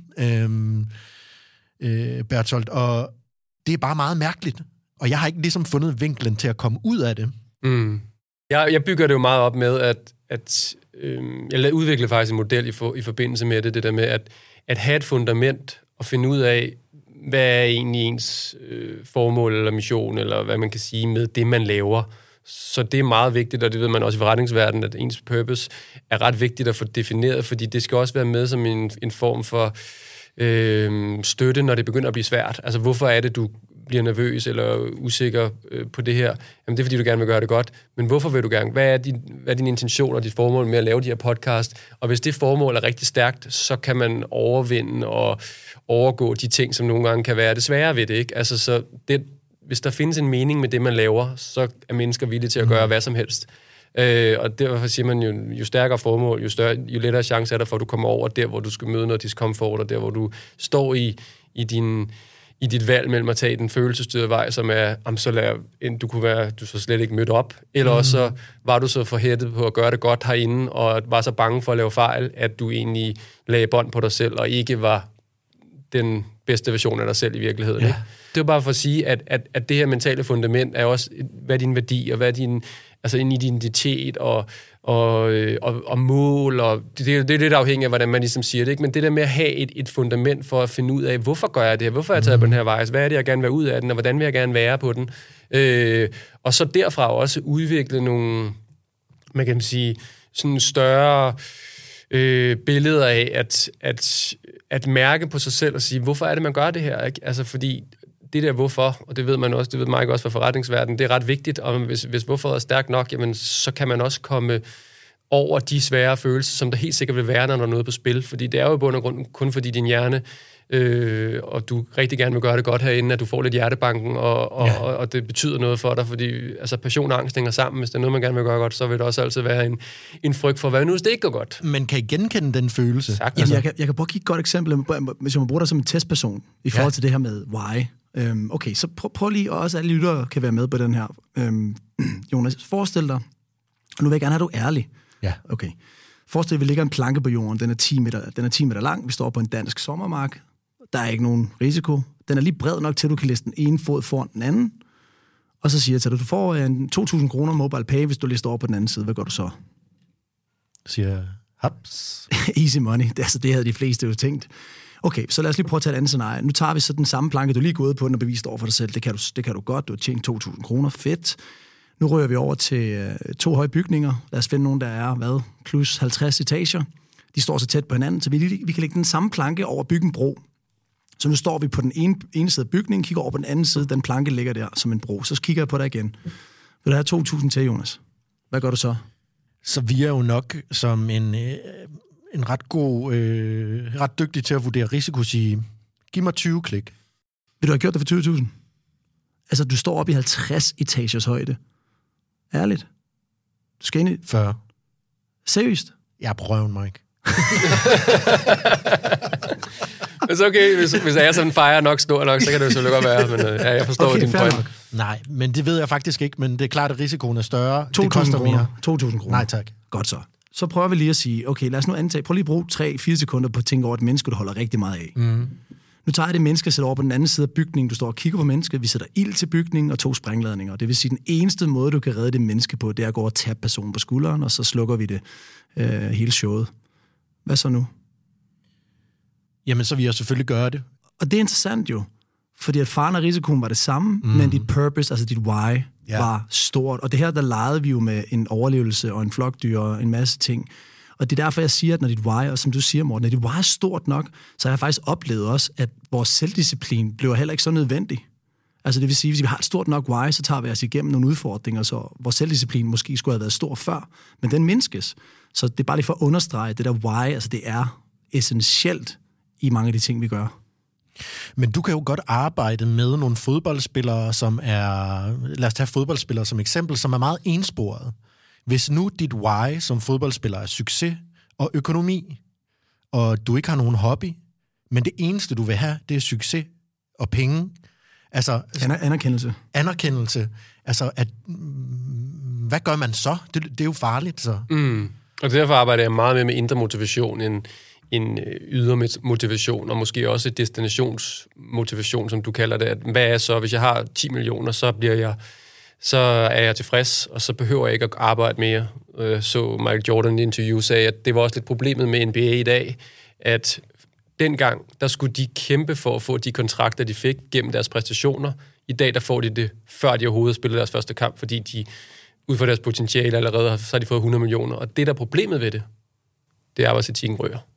Bertolt, og det er bare meget mærkeligt. Og jeg har ikke ligesom fundet vinklen til at komme ud af det. Mm. Jeg bygger det jo meget op med, at jeg udvikler faktisk en model i forbindelse med det der med at have et fundament og finde ud af, hvad er egentlig ens formål eller mission, eller hvad man kan sige med det, man laver. Så det er meget vigtigt, og det ved man også i forretningsverdenen, at ens purpose er ret vigtigt at få defineret, fordi det skal også være med som en form for støtte, når det begynder at blive svært. Altså, hvorfor er det, bliver nervøs eller usikker på det her, jamen det er fordi, du gerne vil gøre det godt. Men hvorfor vil du gerne? Hvad er din intention og dit formål med at lave de her podcast? Og hvis det formål er rigtig stærkt, så kan man overvinde og overgå de ting, som nogle gange kan være det svære ved det, ikke? Altså, så hvis der findes en mening med det, man laver, så er mennesker villige til at gøre hvad som helst. Og derfor siger man jo stærkere formål, jo lettere chance er der for, at du kommer over der, hvor du skal møde noget diskomfort, og der, hvor du står i dit valg mellem at tage den følelsesstyrede vej, som er, du kunne være, du så slet ikke mødt op, eller også så var du så forhættet på at gøre det godt herinde, og var så bange for at lave fejl, at du egentlig lagde bånd på dig selv, og ikke var den bedste version af dig selv i virkeligheden. Ja. Ikke? Det er bare for at sige, at det her mentale fundament er også, hvad er din værdi, og hvad er din en identitet og mål, og det er lidt afhængigt af, hvordan man ligesom siger det, ikke? Men det der med at have et fundament for at finde ud af, hvorfor gør jeg det her, hvorfor er jeg taget på den her vej, hvad er det, jeg gerne vil være ud af den, og hvordan vil jeg gerne være på den. Og så derfra også udvikle nogle, man kan sige, sådan større billeder af, at mærke på sig selv og sige, hvorfor er det, man gør det her, ikke? Altså fordi det der hvorfor, og det ved man også, det ved Mike også fra forretningsverdenen, det er ret vigtigt, og hvis hvorfor er stærkt nok, jamen, så kan man også komme over de svære følelser, som der helt sikkert vil være, når der er noget på spil, fordi det er jo i bund og grund kun fordi din hjerne, og du rigtig gerne vil gøre det godt herinde, at du får lidt hjertebanken, og det betyder noget for dig, fordi altså, passion og angst hænger sammen. Hvis det er noget, man gerne vil gøre godt, så vil det også altid være en frygt for, hvad nu hvis det ikke går godt. Men kan I genkende den følelse? Jamen, jeg kan prøve at give et godt eksempel, hvis jeg må bruge dig som en testperson, i forhold til det her med why. Okay, så prøv lige, og også alle lyttere kan være med på den her. Jonas, forestil dig, og nu vil jeg gerne have, du ærlig. Ja. Okay. Forestil dig, vi ligger en planke på jorden, den er 10 meter lang, vi står på en dansk sommermark, der er ikke nogen risiko, den er lige bred nok til, at du kan læse den ene fod foran den anden, og så siger jeg til dig, du får 2.000 kroner mobile pay, hvis du lister over på den anden side, hvad gør du så? Siger haps. Easy money, det havde de fleste jo tænkt. Okay, så lad os lige prøve at tage et andet scenarie. Nu tager vi så den samme planke, du lige går ud på den og bevist over for dig selv. Det kan du godt, du har tjent 2.000 kroner, fedt. Nu rører vi over til 2 høje bygninger. Lad os finde nogen, der er, plus 50 etager. De står så tæt på hinanden, så vi kan lægge den samme planke over bygge en bro. Så nu står vi på den ene side af bygningen, kigger over på den anden side, den planke ligger der som en bro. Så kigger jeg på dig igen. Vil du have 2.000 til, Jonas? Hvad gør du så? Så vi er jo nok som en ret god, ret dygtig til at vurdere risiko, sige, giv mig 20 klik. Vil du have gjort det for 20.000? Altså, du står op i 50 etagers højde. Ærligt. Du skal ind i... 40. Seriøst? Jeg er prøven, Mike. Men så okay, hvis jeg sådan fejrer nok stor nok, så kan det jo selvfølgelig godt være, men jeg forstår okay, din point. Nej, men det ved jeg faktisk ikke, men det er klart, at risikoen er større. 2.000 kroner. 2.000 kroner. Nej, tak. Godt så. Så prøver vi lige at sige, okay, lad os nu antage, prøv lige at bruge 3-4 sekunder på at tænke over et menneske, du holder rigtig meget af. Mm. Nu tager jeg det menneske og sætter over på den anden side af bygningen. Du står og kigger på mennesket. Vi sætter ild til bygningen og 2 sprængladninger. Det vil sige, den eneste måde, du kan redde det menneske på, det er at gå og tabe personen på skulderen, og så slukker vi det hele showet. Hvad så nu? Jamen, så vil jeg selvfølgelig gøre det. Og det er interessant jo, fordi at faren og risikoen var det samme, men dit purpose, altså dit why, var stort. Og det her, der legede vi jo med en overlevelse og en flokdyr og en masse ting. Og det er derfor, jeg siger, at når dit why, og som du siger, Morten, når dit why er stort nok, så har jeg faktisk oplevet også, at vores selvdisciplin bliver heller ikke så nødvendig. Altså det vil sige, hvis vi har et stort nok why, så tager vi os igennem nogle udfordringer, så vores selvdisciplin måske skulle have været stor før, men den mindskes. Så det er bare lige for at understrege, det der why, altså det er essentielt i mange af de ting, vi gør. Men du kan jo godt arbejde med nogle fodboldspillere, som er, lad os tage fodboldspillere som eksempel, som er meget ensporet. Hvis nu dit why som fodboldspiller er succes og økonomi, og du ikke har nogen hobby, men det eneste, du vil have, det er succes og penge. Altså, Anerkendelse. Altså, hvad gør man så? Det er jo farligt, så. Og derfor arbejder jeg meget med indre motivation en ydre motivation, og måske også destinationsmotivation, som du kalder det. Hvad er så, hvis jeg har 10 millioner, så er jeg tilfreds, og så behøver jeg ikke at arbejde mere. Så Michael Jordan i et interview sagde, at det var også lidt problemet med NBA i dag, at dengang, der skulle de kæmpe for at få de kontrakter, de fik gennem deres præstationer. I dag, der får de det, før de overhovedet spiller deres første kamp, fordi de ud fra deres potentiale allerede, så har de fået 100 millioner. Og det, der er problemet ved det, det er arbejdsetikken rører.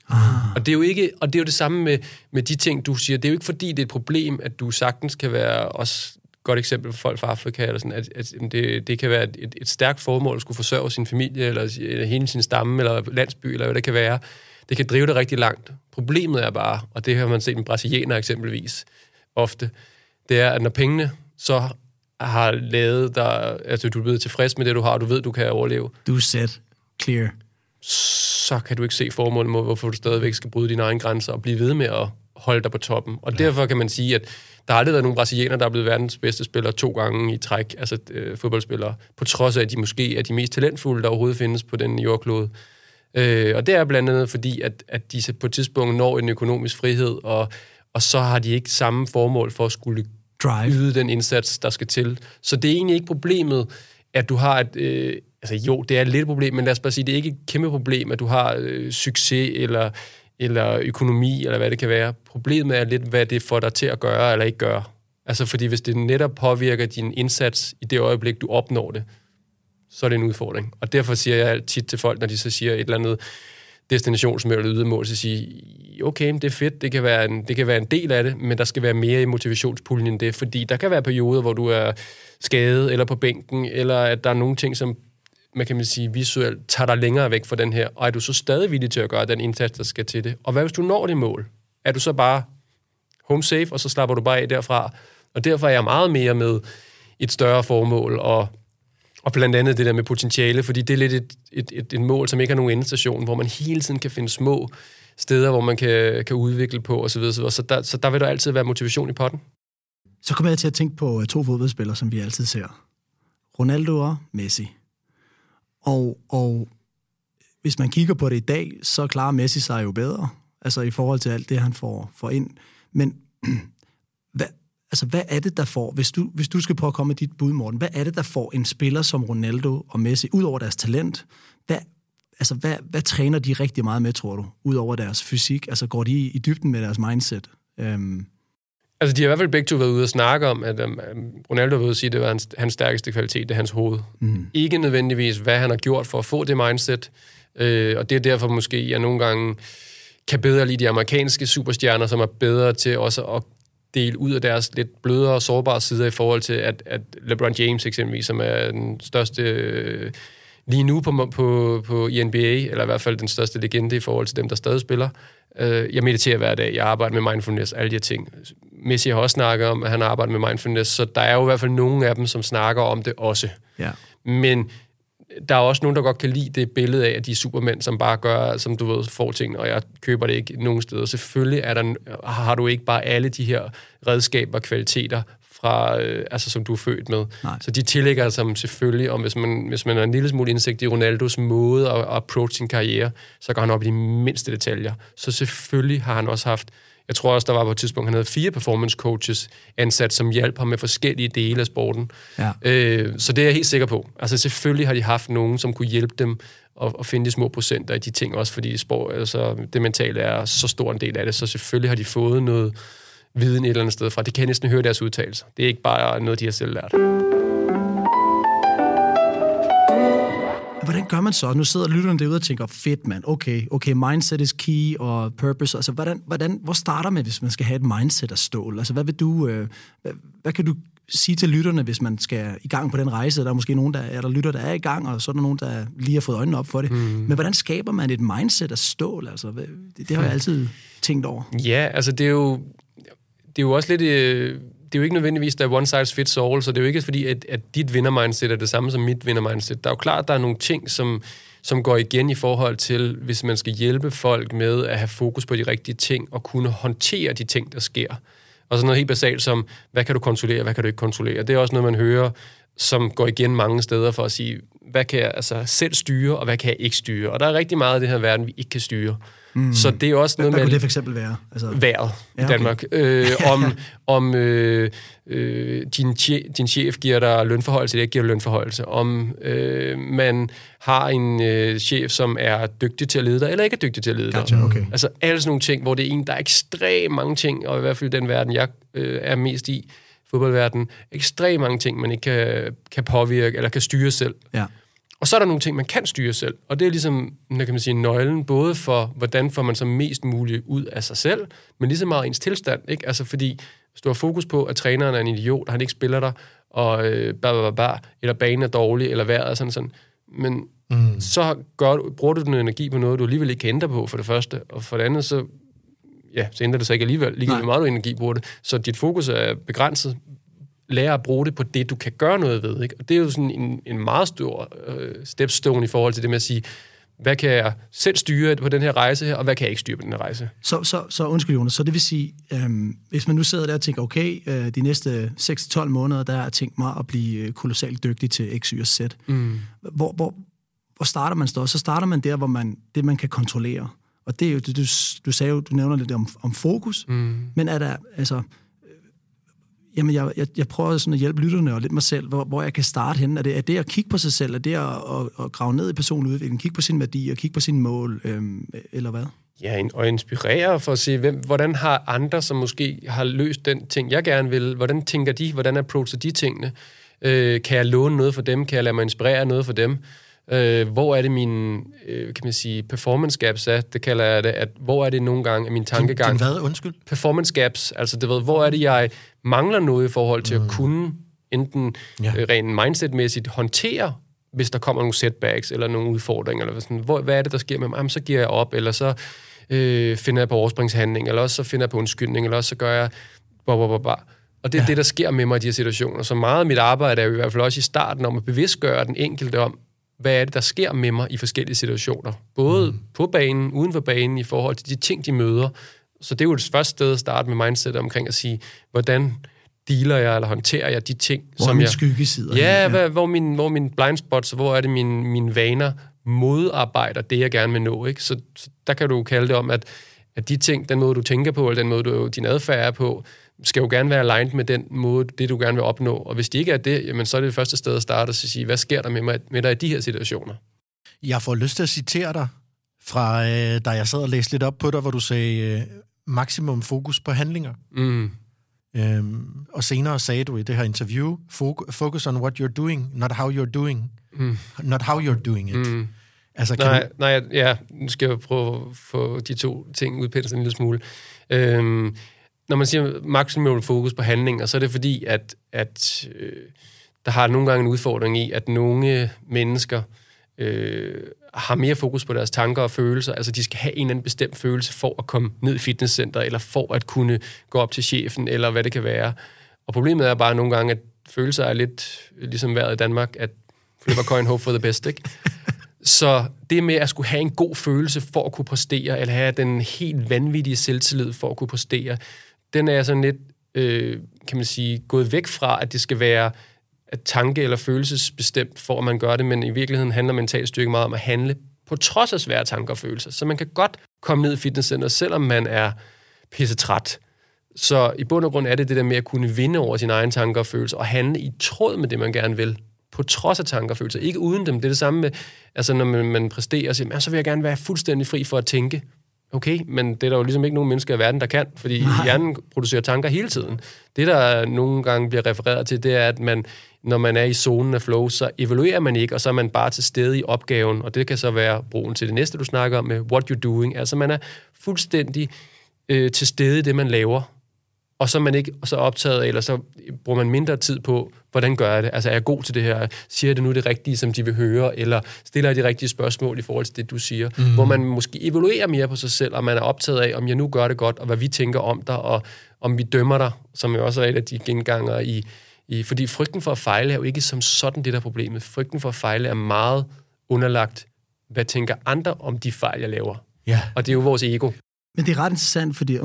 Og det er jo ikke, og det er jo det samme med de ting, du siger. Det er jo ikke fordi, det er et problem, at du sagtens kan være også godt eksempel for folk fra Afrika, eller sådan, at det kan være et stærkt formål at skulle forsørge sin familie, eller hele sin stamme, eller landsby, eller hvad det kan være. Det kan drive det rigtig langt. Problemet er bare, og det har man set med brasilianere eksempelvis ofte, det er, at når pengene så har lavet dig, altså du er blevet tilfreds med det, du har, og du ved, du kan overleve. Du er set. Clear. Så kan du ikke se formålet med, hvorfor du stadigvæk skal bryde dine egne grænser og blive ved med at holde dig på toppen. Og derfor kan man sige, at der har aldrig været nogle brasilianere, der er blevet verdens bedste spillere 2 gange i træk, altså fodboldspillere, på trods af, at de måske er de mest talentfulde, der overhovedet findes på den jordklode. Og det er blandt andet fordi, at de på et tidspunkt når en økonomisk frihed, og så har de ikke samme formål for at skulle yde den indsats, der skal til. Så det er egentlig ikke problemet, at du har et... altså jo, det er et lidt problem, men lad os bare sige, det er ikke et kæmpe problem, at du har succes eller økonomi, eller hvad det kan være. Problemet er lidt, hvad det får dig til at gøre eller ikke gøre. Altså fordi hvis det netop påvirker din indsats i det øjeblik, du opnår det, så er det en udfordring. Og derfor siger jeg tit til folk, når de så siger et eller andet destinationsmål eller ydermål, så siger okay, det er fedt, det kan være en del af det, men der skal være mere i motivationspuljen end det, fordi der kan være perioder, hvor du er skadet eller på bænken, eller at der er nogle ting, som man kan sige visuelt tager dig længere væk fra den her, og er du så stadig villig til at gøre den indsats, der skal til det? Og hvad hvis du når det mål? Er du så bare home safe, og så slapper du bare af derfra? Og derfor er jeg meget mere med et større formål, og blandt andet det der med potentiale, fordi det er lidt et mål, som ikke har nogen endestation, hvor man hele tiden kan finde små steder, hvor man kan udvikle på, osv. Så der vil der altid være motivation i potten. Så kommer jeg til at tænke på 2 fodboldspillere, som vi altid ser. Ronaldo og Messi. Og hvis man kigger på det i dag, så klarer Messi sig jo bedre, altså i forhold til alt det, han får ind. Men hvad er det, der får, hvis du skal prøve at komme med dit bud, Morten, hvad er det, der får en spiller som Ronaldo og Messi, ud over deres talent? Hvad træner de rigtig meget med, tror du, ud over deres fysik? Altså går de i dybden med deres mindset? Altså, de har i hvert fald begge to været ude og snakke om, at Ronaldo vil sige, at det var hans stærkeste kvalitet, det er hans hoved. Ikke nødvendigvis, hvad han har gjort for at få det mindset, og det er derfor måske, jeg nogle gange kan bedre lide de amerikanske superstjerner, som er bedre til også at dele ud af deres lidt blødere og sårbare sider i forhold til, at LeBron James eksempelvis, som er den største lige nu i NBA, eller i hvert fald den største legende i forhold til dem, der stadig spiller. Jeg mediterer hver dag, jeg arbejder med mindfulness, alle de her ting. Messi har også snakket om, at han arbejder med mindfulness, så der er jo i hvert fald nogle af dem, som snakker om det også. Ja. Men der er også nogen, der godt kan lide det billede af, at de er supermænd, som bare gør, som du ved, får ting, og jeg køber det ikke nogen steder. Selvfølgelig har du ikke bare alle de her redskaber og kvaliteter, som du er født med. Nej. Så de tillægger sig selvfølgelig, om hvis man har en lille smule indsigt i Ronaldos måde at approach sin karriere, så går han op i de mindste detaljer. Så selvfølgelig har han også haft, jeg tror også, der var på et tidspunkt, han havde 4 performance coaches ansat, som hjalp ham med forskellige dele af sporten. Ja. Så det er jeg helt sikker på. Altså selvfølgelig har de haft nogen, som kunne hjælpe dem at finde de små procenter i de ting, også fordi det mentale er så stor en del af det, så selvfølgelig har de fået noget viden et eller andet sted fra. Det kan jeg næsten høre deres udtalelser. Det er ikke bare noget, de har selv lært. Hvordan gør man så? Nu sidder lytterne derude og tænker, fedt mand, okay, mindset is key og purpose. Altså, hvor starter man, hvis man skal have et mindset af stål? Altså, hvad kan du sige til lytterne, hvis man skal i gang på den rejse? Der er måske nogen, der lytter, der er i gang, og så er der nogen, der lige har fået øjnene op for det. Men hvordan skaber man et mindset af stål? Altså, det har jeg altid tænkt over. Ja, altså det er jo også lidt... Det er jo ikke nødvendigvis, der er one size fits all, så det er jo ikke fordi, at dit vindermindset er det samme som mit vindermindset. Der er jo klart, at der er nogle ting, som går igen i forhold til, hvis man skal hjælpe folk med at have fokus på de rigtige ting, og kunne håndtere de ting, der sker. Og så noget helt basalt som, hvad kan du kontrollere, hvad kan du ikke kontrollere? Det er også noget, man hører, som går igen mange steder for at sige, hvad kan jeg selv styre, og hvad kan jeg ikke styre? Og der er rigtig meget af det her verden, vi ikke kan styre. Så det er også noget med... Hvad kunne det for eksempel være? Altså... Vejret i Danmark. Om din chef giver dig lønforholdelse, eller ikke giver dig lønforholdelse. Om man har en chef, som er dygtig til at lede dig, eller ikke er dygtig til at lede dig. Okay. Altså alle sådan nogle ting, hvor det er der er ekstremt mange ting, og i hvert fald den verden, jeg er mest i, fodboldverdenen, ekstremt mange ting, man ikke kan påvirke, eller kan styre selv. Ja. Og så er der nogle ting, man kan styre selv, og det er ligesom, kan man sige, nøglen, både for, hvordan får man så mest muligt ud af sig selv, men lige så meget ens tilstand, ikke? Altså fordi, hvis du har fokus på, at træneren er en idiot, og han ikke spiller dig, og eller banen er dårlig, eller vejret er sådan, men så bruger du den energi på noget, du alligevel ikke kan ændre på, for det første, og for det andet, så ændrer det sig ikke alligevel, lige hvor meget du energi bruger det, så dit fokus er begrænset. Lære at bruge det på det, du kan gøre noget ved, ikke? Og det er jo sådan en meget stor stepstone i forhold til det med at sige, hvad kan jeg selv styre på den her rejse her, og hvad kan jeg ikke styre på den her rejse? Så undskyld, Jonas, så det vil sige, hvis man nu sidder der og tænker, okay, de næste 6-12 måneder, der har jeg tænkt mig at blive kolossalt dygtig til X, Y og Z. Hvor starter man så? Så starter man der, hvor man kan kontrollere. Og det er jo, du sagde jo, du nævner lidt om fokus, men er der, altså... Jamen, jeg prøver sådan at hjælpe lytterne og lidt mig selv, hvor jeg kan starte henne. Er det at kigge på sig selv? Er det at grave ned i personlig udvikling? Kigge på sine værdier? Kigge på sine mål? Eller hvad? Ja, og inspirere for at se, hvordan har andre, som måske har løst den ting, jeg gerne vil, hvordan tænker de? Hvordan approacher de tingene? Kan jeg låne noget for dem? Kan jeg lade mig inspirere noget for dem? Hvor er det min, kan man sige, performance gaps er? Det kalder jeg det, at hvor er det nogle gange, min tankegang... Din hvad? Undskyld? Performance gaps, altså det ved, hvor er det, jeg mangler noget i forhold til at kunne enten rent mindsetmæssigt håndtere, hvis der kommer nogle setbacks eller nogle udfordringer, eller sådan, hvad er det, der sker med mig? Jamen, så giver jeg op, eller så finder jeg på overspringshandling, eller også så finder jeg på undskyldning, eller også så gør jeg... Og det er det, der sker med mig i de her situationer. Så meget af mit arbejde er jo i hvert fald også i starten om at bevidstgøre den enkelte om, hvad er det, der sker med mig i forskellige situationer. Både på banen, uden for banen, i forhold til de ting, de møder. Så det er jo det første sted at starte med mindset omkring at sige, hvordan dealer jeg, eller håndterer jeg de ting, hvor som min skyggeside. Ja, hvor min blind spots, hvor er det mine vaner modarbejder det, jeg gerne vil nå. Ikke? Så der kan du kalde det om, at de ting, den måde, du tænker på, eller den måde, din adfærd er på, skal jo gerne være aligned med den måde, det du gerne vil opnå. Og hvis det ikke er det, jamen, så er det første sted at starte og sige, hvad sker der med dig i de her situationer? Jeg får lyst til at citere dig fra, da jeg sad og læste lidt op på dig, hvor du sagde maksimum fokus på handlinger. Og senere sagde du i det her interview, focus on what you're doing, not how you're doing. Not how you're doing it. Altså, nu skal jeg prøve at få de to ting udpællet en lille smule. Når man siger maksimum fokus på handlinger, så er det fordi, at der har nogle gange en udfordring i, at nogle mennesker har mere fokus på deres tanker og følelser. Altså, de skal have en eller anden bestemt følelse for at komme ned i fitnesscenter, eller for at kunne gå op til chefen, eller hvad det kan være. Og problemet er bare nogle gange, at følelser er lidt ligesom vejret i Danmark, at flip a coin, hope for the best, ikke? Så det med at skulle have en god følelse for at kunne præstere, eller have den helt vanvittige selvtillid for at kunne præstere, den er sådan lidt, kan man sige, gået væk fra, at det skal være at tanke- eller følelsesbestemt, for at man gør det, men i virkeligheden handler mental styrke meget om at handle på trods af svære tanker og følelser. Så man kan godt komme ned i fitnesscenter, selvom man er pissetræt. Så i bund og grund er det det der med at kunne vinde over sine egne tanker og følelser, og handle i tråd med det, man gerne vil, på trods af tanker og følelser. Ikke uden dem. Det er det samme med, altså når man præsterer og siger, så vil jeg gerne være fuldstændig fri for at tænke. Okay, men det er der jo ligesom ikke nogen mennesker i verden, der kan, fordi hjernen producerer tanker hele tiden. Det, der nogle gange bliver refereret til, det er, at når man er i zonen af flow, så evaluerer man ikke, og så er man bare til stede i opgaven, og det kan så være brugen til det næste, du snakker om, med what you're doing. Altså, man er fuldstændig til stede i det, man laver, og så er man ikke så optaget af, eller så bruger man mindre tid på, hvordan gør jeg det? Altså, er jeg god til det her? Siger jeg det nu det rigtige, som de vil høre? Eller stiller jeg de rigtige spørgsmål i forhold til det, du siger? Hvor man måske evaluerer mere på sig selv, og man er optaget af, om jeg nu gør det godt, og hvad vi tænker om dig, og om vi dømmer dig, som jo også er et af de genganger i fordi frygten for at fejle er jo ikke som sådan det der problemet. Frygten for at fejle er meget underlagt, hvad tænker andre om de fejl, jeg laver? Ja. Og det er jo vores ego. Men det er ret interessant, fordi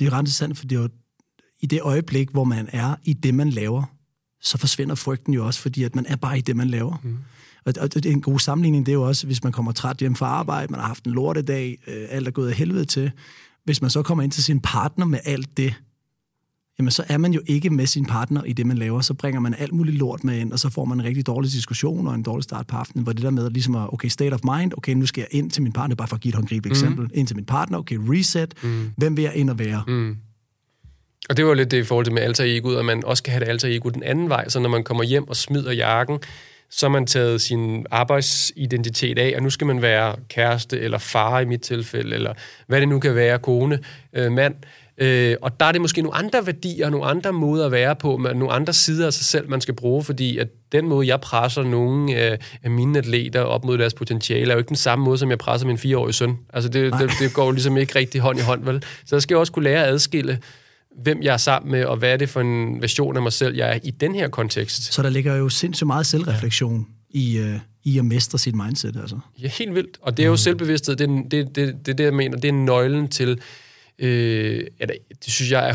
i det øjeblik, hvor man er i det, man laver, så forsvinder frygten jo også, fordi at man er bare i det, man laver. Og det er en god sammenligning, det er jo også, hvis man kommer træt hjem fra arbejde, man har haft en lortedag, alt er gået af helvede til. Hvis man så kommer ind til sin partner med alt det, jamen så er man jo ikke med sin partner i det, man laver. Så bringer man alt muligt lort med ind, og så får man en rigtig dårlig diskussion og en dårlig start på aftenen, hvor det der med ligesom at, okay, state of mind, okay, nu skal jeg ind til min partner, bare for at give et håndgribeligt eksempel, ind til min partner, okay, reset, hvem vil jeg ind og være? Og det var lidt det i forhold til med alter ego, at man også kan have det alter ego den anden vej, så når man kommer hjem og smider jakken, så har man taget sin arbejdsidentitet af, og nu skal man være kæreste eller far i mit tilfælde, eller hvad det nu kan være, kone, mand. Og der er det måske nogle andre værdier, nogle andre måder at være på, med nogle andre sider af sig selv, man skal bruge, fordi at den måde, jeg presser nogle af mine atleter op mod deres potentiale, er jo ikke den samme måde, som jeg presser min 4-årige søn. Altså det går ligesom ikke rigtig hånd i hånd, vel? Så jeg skal også kunne lære at adskille, hvem jeg er sammen med, og hvad er det for en version af mig selv, jeg er i den her kontekst. Så der ligger jo sindssygt meget selvreflektion i at mestre sit mindset, altså. Ja, helt vildt. Og det er jo selvbevidsthed, det jeg mener, det er nøglen til, det synes jeg er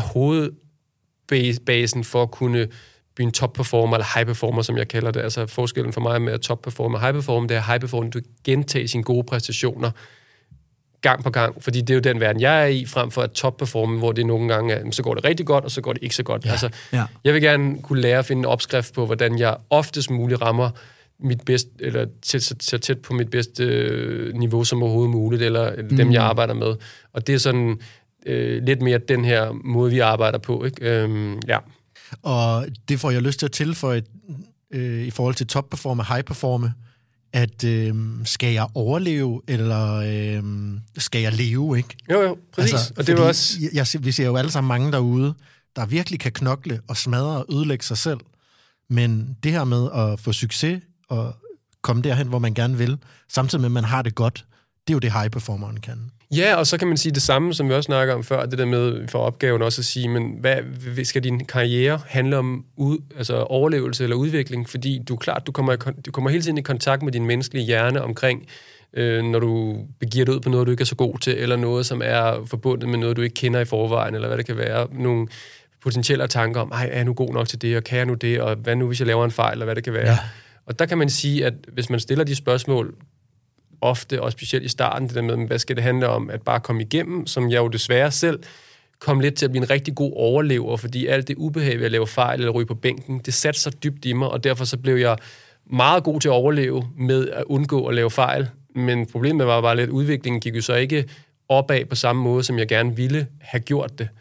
hovedbasen for at kunne blive en top-performer, eller high-performer, som jeg kalder det. Altså forskellen for mig med at top-performe og high-performe, det er high-performe, du gentager sine gode præstationer gang på gang, fordi det er jo den verden, jeg er i, frem for at top-performe, hvor det nogle gange er, så går det rigtig godt, og så går det ikke så godt. Ja. Jeg vil gerne kunne lære at finde en opskrift på, hvordan jeg oftest muligt rammer mit bedste, eller så tæt på mit bedste niveau som overhovedet muligt, eller dem, jeg arbejder med. Og det er sådan lidt mere den her måde, vi arbejder på, ikke? Ja. Og det får jeg lyst til at tilføje i forhold til top-performe, high-performe, at skal jeg overleve, eller skal jeg leve, ikke? Jo, præcis. Altså, og det var også... Vi ser jo alle sammen mange derude, der virkelig kan knokle og smadre og ødelægge sig selv. Men det her med at få succes og komme derhen, hvor man gerne vil, samtidig med, at man har det godt, det er jo det, high-performeren kan. Ja, og så kan man sige det samme, som vi også snakker om før, det der med for opgaven også at sige, men hvad skal din karriere handle om altså overlevelse eller udvikling? Fordi du er klart, du kommer hele tiden i kontakt med din menneskelige hjerne omkring, når du begiver dig ud på noget, du ikke er så god til, eller noget, som er forbundet med noget, du ikke kender i forvejen, eller hvad det kan være. Nogle potentielle tanker om, er jeg nu god nok til det, og kan jeg nu det, og hvad nu, hvis jeg laver en fejl, eller hvad det kan være. Ja. Og der kan man sige, at hvis man stiller de spørgsmål, ofte, og specielt i starten, det der med, hvad skal det handle om, at bare komme igennem, som jeg jo desværre selv kom lidt til at blive en rigtig god overlever, fordi alt det ubehag ved at lave fejl eller ryge på bænken, det satte sig dybt i mig, og derfor så blev jeg meget god til at overleve med at undgå at lave fejl. Men problemet var bare lidt, at udviklingen gik jo så ikke opad på samme måde, som jeg gerne ville have gjort det.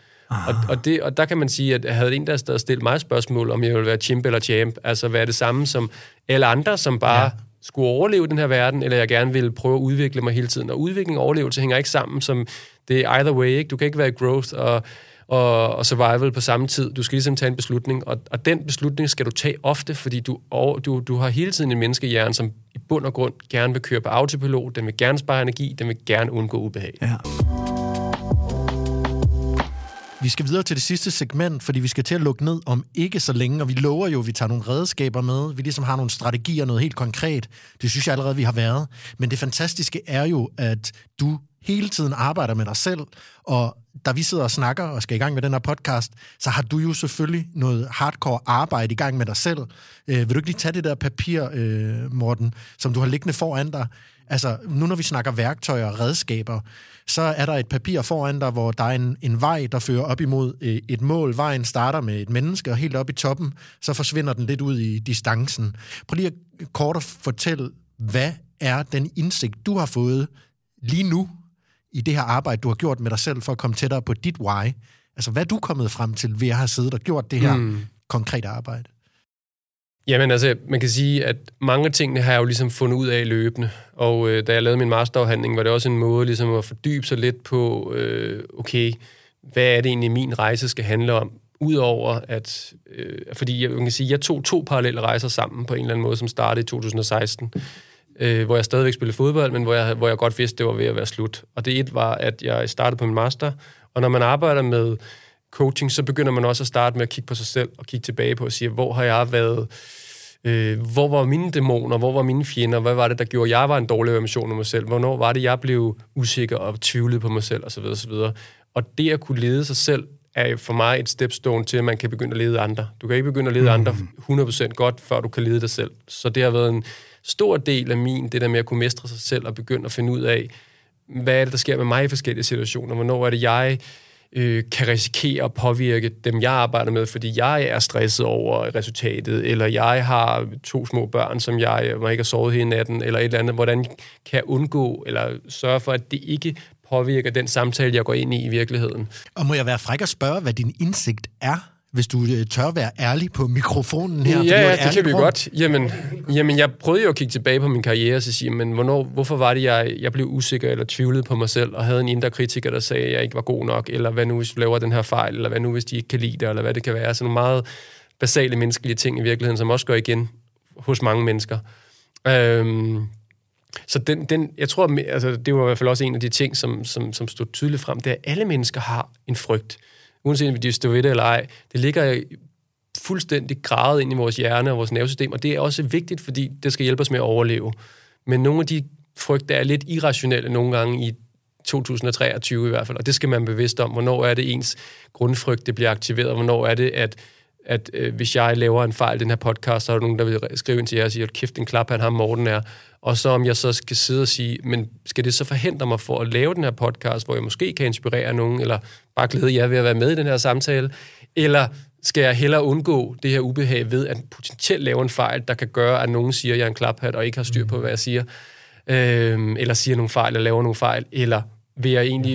Og der kan man sige, at jeg havde en, der stillet mig spørgsmål, om jeg ville være chimp eller champ, altså være det samme som alle andre, som bare skulle overleve den her verden, eller jeg gerne ville prøve at udvikle mig hele tiden. Og udvikling og overlevelse hænger ikke sammen, som det er either way, ikke? Du kan ikke være i growth og survival på samme tid. Du skal ligesom tage en beslutning, og den beslutning skal du tage ofte, fordi du har hele tiden en menneskehjerne, som i bund og grund gerne vil køre på autopilot, den vil gerne spare energi, den vil gerne undgå ubehag. Ja. Vi skal videre til det sidste segment, fordi vi skal til at lukke ned om ikke så længe, og vi lover jo, at vi tager nogle redskaber med. Vi ligesom har nogle strategier, noget helt konkret. Det synes jeg allerede, vi har været. Men det fantastiske er jo, at du hele tiden arbejder med dig selv, og da vi sidder og snakker og skal i gang med den her podcast, så har du jo selvfølgelig noget hardcore arbejde i gang med dig selv. Vil du ikke lige tage det der papir, Morten, som du har liggende foran dig? Altså, nu når vi snakker værktøjer og redskaber, så er der et papir foran dig, hvor der er en vej, der fører op imod et mål. Vejen starter med et menneske, og helt op i toppen, så forsvinder den lidt ud i distancen. Prøv lige at kort at fortælle, hvad er den indsigt, du har fået lige nu i det her arbejde, du har gjort med dig selv, for at komme tættere på dit why? Altså, hvad er du kommet frem til ved at have siddet og gjort det her konkrete arbejde? Jamen altså, man kan sige, at mange af tingene har jeg jo ligesom fundet ud af løbende, og da jeg lavede min masterafhandling, var det også en måde ligesom at fordybe sig lidt på, okay, hvad er det egentlig, min rejse skal handle om, udover at, fordi jeg kan sige, jeg tog 2 parallelle rejser sammen på en eller anden måde, som startede i 2016, hvor jeg stadigvæk spillede fodbold, men hvor jeg godt vidste, det var ved at være slut. Og det et var, at jeg startede på min master, og når man arbejder med coaching, så begynder man også at starte med at kigge på sig selv, og kigge tilbage på og sige, hvor har jeg været, hvor var mine dæmoner, hvor var mine fjender, hvad var det, der gjorde, jeg var en dårlig version af mig selv, hvornår var det, jeg blev usikker og tvivlede på mig selv, osv. osv. Og det at kunne lede sig selv, er for mig et stepstone til, at man kan begynde at lede andre. Du kan ikke begynde at lede andre 100% godt, før du kan lede dig selv. Så det har været en stor del af det der med at kunne mestre sig selv, og begynde at finde ud af, hvad er det, der sker med mig i forskellige situationer, hvornår er det, jeg kan risikere at påvirke dem, jeg arbejder med, fordi jeg er stresset over resultatet, eller jeg har 2 små børn, som jeg ikke har sovet hele natten, eller et eller andet. Hvordan kan jeg undgå, eller sørge for, at det ikke påvirker den samtale, jeg går ind i virkeligheden? Og må jeg være fræk at spørge, hvad din indsigt er? hvis du tør være ærlig på mikrofonen her. Ja, det kan vi godt. Jamen, jeg prøvede jo at kigge tilbage på min karriere og sige, men hvorfor var det, jeg blev usikker eller tvivlede på mig selv, og havde en indre kritiker, der sagde, at jeg ikke var god nok, eller hvad nu, hvis du laver den her fejl, eller hvad nu, hvis de ikke kan lide det, eller hvad det kan være. Sådan nogle meget basale menneskelige ting i virkeligheden, som også går igen hos mange mennesker. Så jeg tror, altså, det var i hvert fald også en af de ting, som stod tydeligt frem, det er, at alle mennesker har en frygt. Uanset om de står ved det eller ej. Det ligger fuldstændig gravet ind i vores hjerne og vores nervesystem, og det er også vigtigt, fordi det skal hjælpe os med at overleve. Men nogle af de frygter er lidt irrationelle nogle gange i 2023 i hvert fald, og det skal man bevidst om. Hvornår er det ens grundfrygt, det bliver aktiveret? Hvornår er det, at hvis jeg laver en fejl i den her podcast, så er der nogen, der vil skrive ind til jer og sige, kæft, en klap, han Morten er. Og så om jeg så skal sidde og sige, men skal det så forhindre mig for at lave den her podcast, hvor jeg måske kan inspirere nogen, eller bare glæde jer ved at være med i den her samtale, eller skal jeg hellere undgå det her ubehag ved at potentielt lave en fejl, der kan gøre, at nogen siger, at jeg er en klaphat, og ikke har styr på, hvad jeg siger, eller siger nogle fejl, eller laver nogle fejl, eller vil jeg egentlig,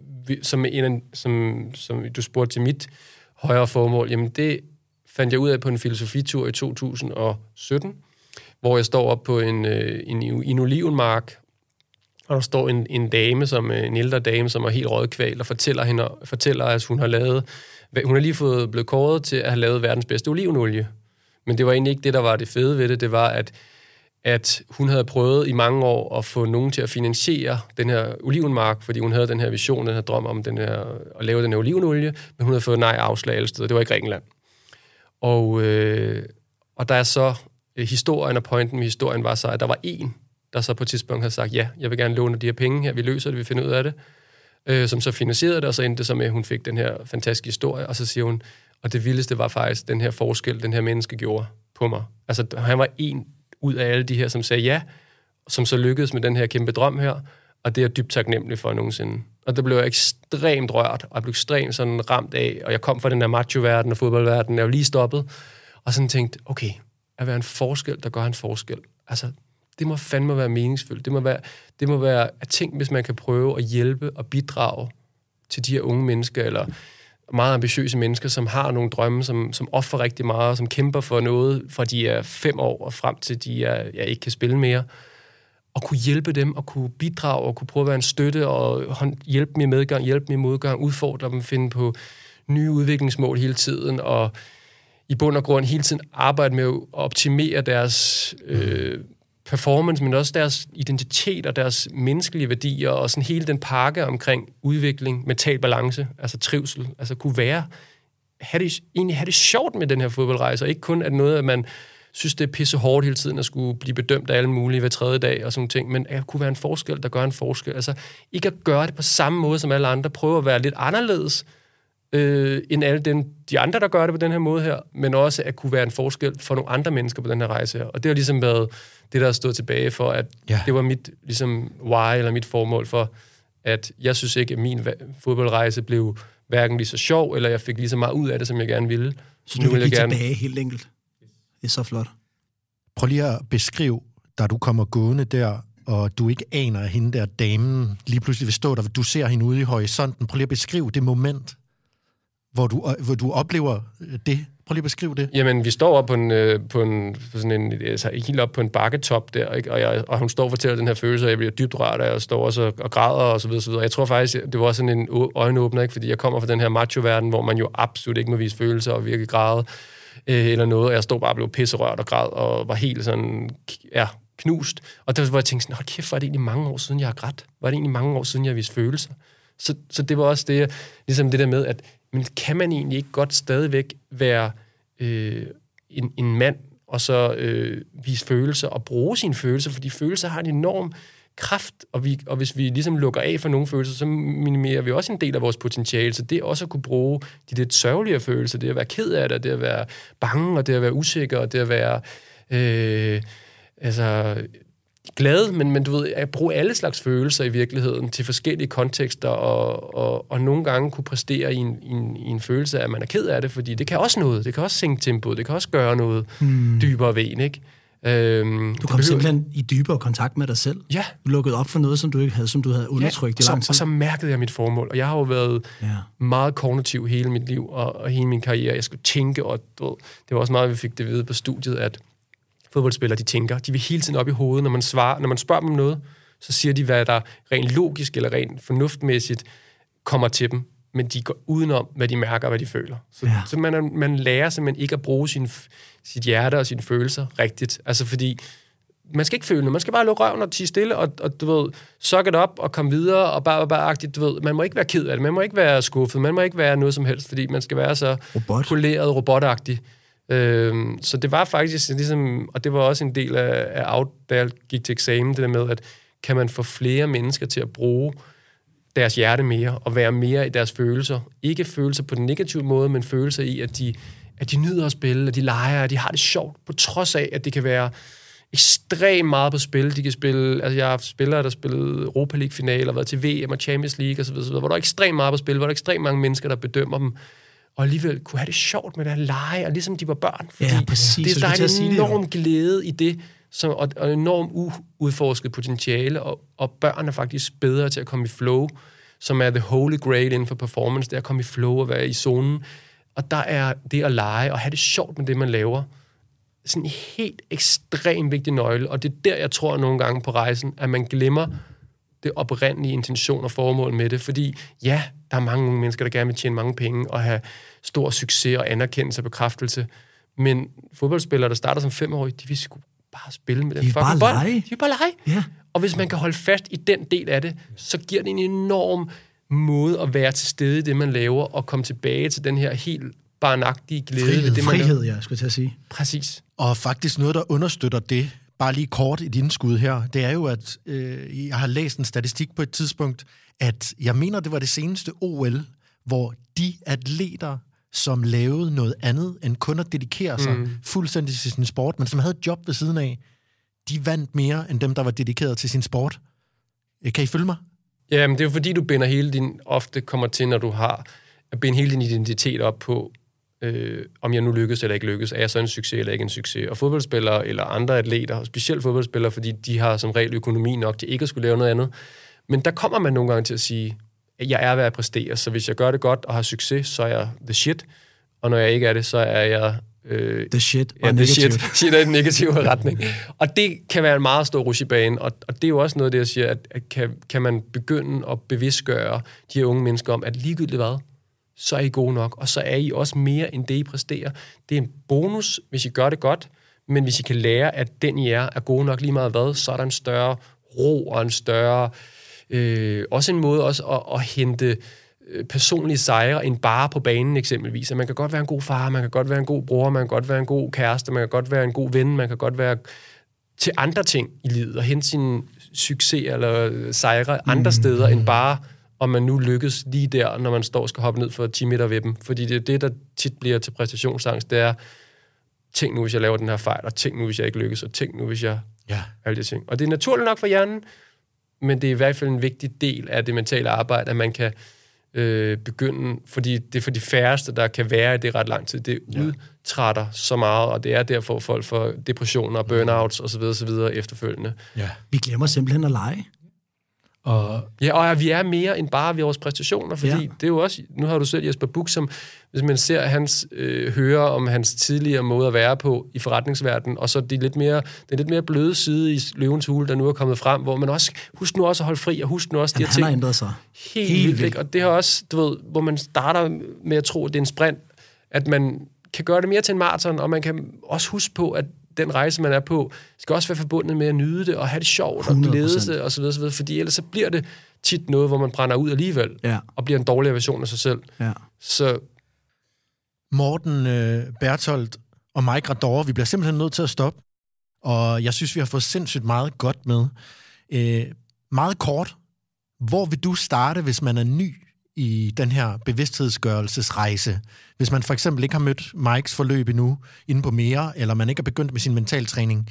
som du spurgte til mit højere formål, jamen det fandt jeg ud af på en filosofitur i 2017, hvor jeg står op på en olivenmark, og der står en dame, en ældre dame, som er helt rødkvalt, og fortæller, at hun er lige blevet kåret til at have lavet verdens bedste olivenolie. Men det var egentlig ikke det, der var det fede ved det. Det var, at hun havde prøvet i mange år at få nogen til at finansiere den her olivenmark, fordi hun havde den her vision, den her drøm om at lave den her olivenolie, men hun havde fået afslag alle steder. Det var i Grækenland. Og der er så historien og pointen med historien var så, at der var en, der så på et tidspunkt havde sagt, ja, jeg vil gerne låne de her penge her, vi løser det, vi finder ud af det, som så finansierede det, og så endte det så med, at hun fik den her fantastiske historie, og så siger hun, og det vildeste var faktisk den her forskel, den her menneske gjorde på mig. Altså, han var en ud af alle de her, som sagde ja, som så lykkedes med den her kæmpe drøm her, og det er jeg dybt taknemmelig for nogensinde. Og der blev jeg ekstremt rørt, og jeg blev ekstremt sådan ramt af, og jeg kom fra den der macho-verden og fodboldverden, jeg var lige stoppet, og sådan tænkte, okay, at være en forskel, der gør en forskel. Altså, det må fandme være meningsfuldt. Det må være at tænke, hvis man kan prøve at hjælpe og bidrage til de her unge mennesker, eller meget ambitiøse mennesker, som har nogle drømme, som offer rigtig meget, som kæmper for noget, fra de er 5 år og frem til de ikke kan spille mere, og kunne hjælpe dem, og kunne bidrage, og kunne prøve at være en støtte, og hjælpe dem i medgang, hjælpe dem i modgang, udfordre dem, finde på nye udviklingsmål hele tiden, og i bund og grund hele tiden arbejde med at optimere deres performance, men også deres identitet og deres menneskelige værdier, og sådan hele den pakke omkring udvikling, mental balance, altså trivsel, altså kunne have det sjovt med den her fodboldrejse, og ikke kun at noget, at man synes, det er pisse hårdt hele tiden at skulle blive bedømt af alle mulige hver 3. dag og sådan ting, men at kunne være en forskel, der gør en forskel. Altså ikke at gøre det på samme måde som alle andre, prøve at være lidt anderledes, end alle de andre, der gør det på den her måde her, men også at kunne være en forskel for nogle andre mennesker på den her rejse her. Og det har ligesom været det, der har stået tilbage for, at det var mit ligesom why, eller mit formål for, at jeg synes ikke, at min fodboldrejse blev hverken lige så sjov, eller jeg fik lige så meget ud af det, som jeg gerne ville. Så du vil give tilbage helt enkelt. Det er så flot. Prøv lige at beskrive, da du kommer gående der, og du ikke aner, at hende der damen lige pludselig vil stå der, du ser hende ude i horisonten. Prøv lige at beskrive det moment, hvor du oplever det. Prøv lige at beskrive det. Jamen, vi står op helt op på en bakketop der, ikke? Og hun står og fortæller den her følelse, og jeg bliver dybt rørt, og jeg står også og græder, og så videre, så videre. Jeg tror faktisk, det var sådan en øjenåbner, ikke? Fordi jeg kommer fra den her macho-verden, hvor man jo absolut ikke må vise følelser og virkelig græde, eller noget, og jeg stod bare og blev pisserørt og græd, og var helt sådan, knust. Og der var jeg tænkte sådan, hold kæft, var det egentlig mange år siden, jeg har grædt? Var det egentlig mange år siden, jeg har vist følelser? Så det var også det, ligesom det der med, at men kan man egentlig ikke godt stadigvæk være en mand, og så vise følelser og bruge sine følelser, fordi følelser har en enorm kraft, og hvis vi ligesom lukker af for nogle følelser, så minimerer vi også en del af vores potentiale, så det også at kunne bruge de lidt sørgelige følelser, det at være ked af det, det at være bange, og det at være usikker, og det at være glad, men du ved, at bruge alle slags følelser i virkeligheden til forskellige kontekster, og nogle gange kunne præstere i en følelse af, at man er ked af det, fordi det kan også noget, det kan også sænke tempoet, det kan også gøre noget dybere ved en, ikke? Du kom simpelthen i dybere kontakt med dig selv. Ja. Du lukkede op for noget, som du ikke havde, som du havde undertrykt i lang tid. Og så mærkede jeg mit formål. Og jeg har jo været meget kognitiv hele mit liv og hele min karriere. Jeg skulle tænke, og det var også meget, vi fik det at vide på studiet, at fodboldspillere, de tænker. De vil hele tiden op i hovedet, når man spørger dem om noget, så siger de, hvad der rent logisk eller rent fornuftmæssigt kommer til dem, men de går udenom, hvad de mærker og hvad de føler. Så man lærer simpelthen ikke at bruge sit hjerte og sine følelser rigtigt. Altså fordi, man skal ikke føle noget. Man skal bare lukke røven og tie stille, og du ved, sukke det op og komme videre, og bare-agtigt, du ved, man må ikke være ked af det, man må ikke være skuffet, man må ikke være noget som helst, fordi man skal være så poleret, robotagtig. Så det var faktisk ligesom, og det var også en del af da jeg gik til eksamen, det der med, at kan man få flere mennesker til at bruge deres hjerte mere, og være mere i deres følelser. Ikke følelser på den negative måde, men følelser i, at de nyder at spille, at de leger, at de har det sjovt, på trods af, at det kan være ekstremt meget på spil. De kan spille, altså jeg har spillere, der spillede Europa League-finaler, været til VM og Champions League osv., hvor der er ekstremt meget på spil, hvor der er ekstremt mange mennesker, der bedømmer dem, og alligevel kunne have det sjovt med det at lege, og ligesom de var børn. Fordi præcis. Der er en enorm glæde i det, og enormt udforsket potentiale, og børn er faktisk bedre til at komme i flow, som er the holy grail inden for performance, det er at komme i flow og være i zonen. Og der er det at lege og have det sjovt med det, man laver, sådan en helt ekstremt vigtig nøgle, og det er der, jeg tror nogle gange på rejsen, at man glemmer det oprindelige intention og formål med det, fordi ja, der er mange mennesker, der gerne vil tjene mange penge og have stor succes og anerkendelse og bekræftelse, men fodboldspillere, der starter som 5-årige, de vil sgu bare spille med den fucking bold. De vil bare lege. Ja. Og hvis man kan holde fast i den del af det, så giver det en enorm måde at være til stede i det, man laver, og komme tilbage til den her helt barnagtige glæde. Frihed, jeg skulle til at sige. Præcis. Og faktisk noget, der understøtter det, bare lige kort i dine skud her, det er jo, at jeg har læst en statistik på et tidspunkt, at jeg mener, det var det seneste OL, hvor de atleter, som lavede noget andet end kun at dedikere sig fuldstændig til sin sport, men som havde et job ved siden af, de vandt mere end dem, der var dedikeret til sin sport. Kan I følge mig? Ja, men det er jo fordi, du binder ofte kommer til, når du har at binde hele din identitet op på, om jeg nu lykkes eller ikke lykkes, er jeg så en succes eller ikke en succes. Og fodboldspillere eller andre atleter, specielt fodboldspillere, fordi de har som regel økonomi nok til ikke at skulle lave noget andet. Men der kommer man nogle gange til at sige, at jeg er ved at præstere, så hvis jeg gør det godt og har succes, så er jeg the shit. Og når jeg ikke er det, så er jeg the shit og negativ. Shit er i den negative retning. Og det kan være en meget stor rushebane, og det er jo også noget, det jeg siger, at kan man begynde at bevidstgøre de her unge mennesker om, at ligegyldigt hvad, så er I gode nok, og så er I også mere end det, I præsterer. Det er en bonus, hvis I gør det godt, men hvis I kan lære, at den I er gode nok lige meget hvad, så er der en større ro og en større... også en måde også at hente personlige sejre end bare på banen eksempelvis. At man kan godt være en god far, man kan godt være en god bror, man kan godt være en god kæreste, man kan godt være en god ven, man kan godt være til andre ting i livet og hente sin succes eller sejre andre steder end bare om man nu lykkes lige der, når man står og skal hoppe ned for 10 meter ved dem. Fordi det er det, der tit bliver til præstationsangst, det er, tænk nu, hvis jeg laver den her fejl, og tænk nu, hvis jeg ikke lykkes, og tænk nu, hvis jeg... Ja. Alle de ting. Og det er naturligt nok for hjernen, men det er i hvert fald en vigtig del af det mentale arbejde, at man kan begynde, fordi det er for de færreste, der kan være i det ret lang tid. Det udtrætter så meget, og det er derfor folk får depressioner, burnouts osv. efterfølgende. Ja. Vi glemmer simpelthen at lege. Og vi er mere end bare vores præstationer, fordi det er jo også, nu har du selv Jesper Buch, som hvis man ser hans, hører om hans tidligere måde at være på i forretningsverdenen, og så den lidt mere bløde side i Løvens Hule, der nu er kommet frem, hvor man også, husk nu også at holde fri, og husk nu også de her ting. Han har ændret sig. Helt vildt. Og det har også, du ved, hvor man starter med at tro, at det er en sprint, at man kan gøre det mere til en maraton, og man kan også huske på, at den rejse, man er på, skal også være forbundet med at nyde det, og have det sjovt, 100%. Og glæde sig, og så videre, fordi ellers så bliver det tit noget, hvor man brænder ud alligevel, og bliver en dårligere version af sig selv. Ja. Så... Morten Bertholdt og Mike Rador, vi bliver simpelthen nødt til at stoppe, og jeg synes, vi har fået sindssygt meget godt med. Meget kort, hvor vil du starte, hvis man er ny i den her bevidsthedsgørelsesrejse? Hvis man for eksempel ikke har mødt Mikes forløb endnu inde på mere, eller man ikke er begyndt med sin mentaltræning,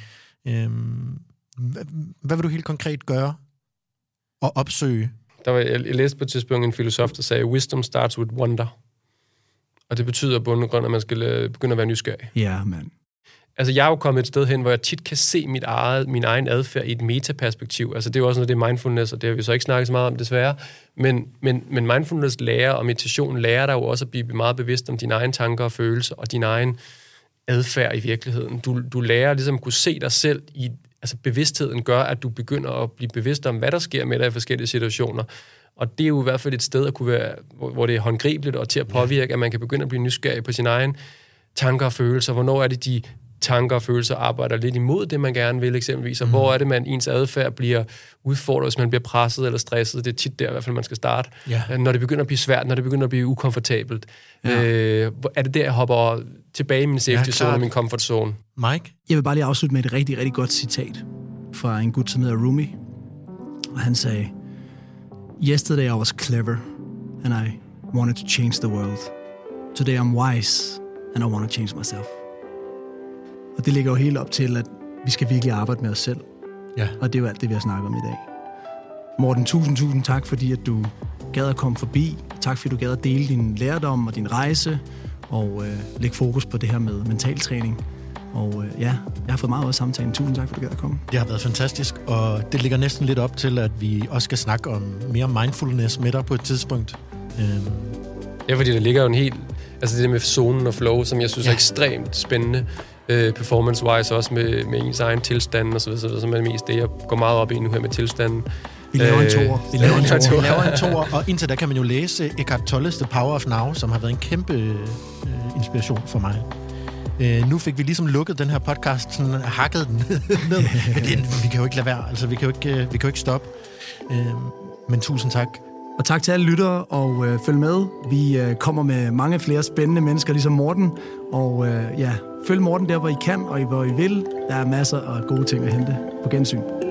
hvad vil du helt konkret gøre og opsøge? Jeg læste på et tidspunkt en filosof, der sagde, wisdom starts with wonder. Og det betyder på grund af, at man skal begynde at være nysgerrig. Ja, mand. Altså, jeg er jo kommet et sted hen, hvor jeg tit kan se min egen adfærd i et metaperspektiv. Altså, det er jo også noget, det er mindfulness, og det har vi så ikke snakket så meget om, desværre. Men mindfulness lærer, og meditation lærer dig jo også at blive meget bevidst om dine egne tanker og følelser, og din egen adfærd i virkeligheden. Du lærer ligesom at kunne se dig selv i... Altså, bevidstheden gør, at du begynder at blive bevidst om, hvad der sker med dig i forskellige situationer. Og det er jo i hvert fald et sted, at kunne være, hvor det er håndgribeligt og til at påvirke, at man kan begynde at blive nysgerrig på sin egen tanker og følelser. Hvornår er det, de tanker og følelser arbejder lidt imod det, man gerne vil eksempelvis, og hvor er det, man ens adfærd bliver udfordret, hvis man bliver presset eller stresset. Det er tit der i hvert fald, man skal starte. Ja. Når det begynder at blive svært, når det begynder at blive ukomfortabelt. Ja. Er det der, jeg hopper tilbage i min safety zone og min comfort zone? Mike? Jeg vil bare lige afslutte med et rigtig, rigtig godt citat fra en gut, som hedder Rumi. Og han sagde, "Yesterday I was clever, and I wanted to change the world. Today I'm wise, and I want to change myself." Og det ligger jo helt op til, at vi skal virkelig arbejde med os selv. Ja. Og det er jo alt det, vi har snakket om i dag. Morten, tusind tak, fordi at du gad at komme forbi. Tak, fordi du gad at dele din lærdom og din rejse, og lægge fokus på det her med mentaltræning. Og jeg har fået meget ud af samtalen. Tusind tak, fordi du gad at komme. Det har været fantastisk, og det ligger næsten lidt op til, at vi også skal snakke om mere mindfulness med dig på et tidspunkt. Ja, fordi der ligger jo en helt... Altså det der med zonen og flow, som jeg synes er ekstremt spændende. Performance-wise også med ens egen tilstand og så videre, som er det mest det, jeg går meget op i nu her med tilstanden. Vi laver en toer. Vi laver en toer, og indtil da kan man jo læse Eckhart Tolles The Power of Now, som har været en kæmpe inspiration for mig. Nu fik vi ligesom lukket den her podcast, sådan hakket den ned. Men vi kan jo ikke lade være, altså vi kan jo ikke stoppe. Men tusind tak. Og tak til alle lyttere, og følg med. Vi kommer med mange flere spændende mennesker, ligesom Morten. Og følg Morten der, hvor I kan, og hvor I vil. Der er masser af gode ting at hente. På gensyn.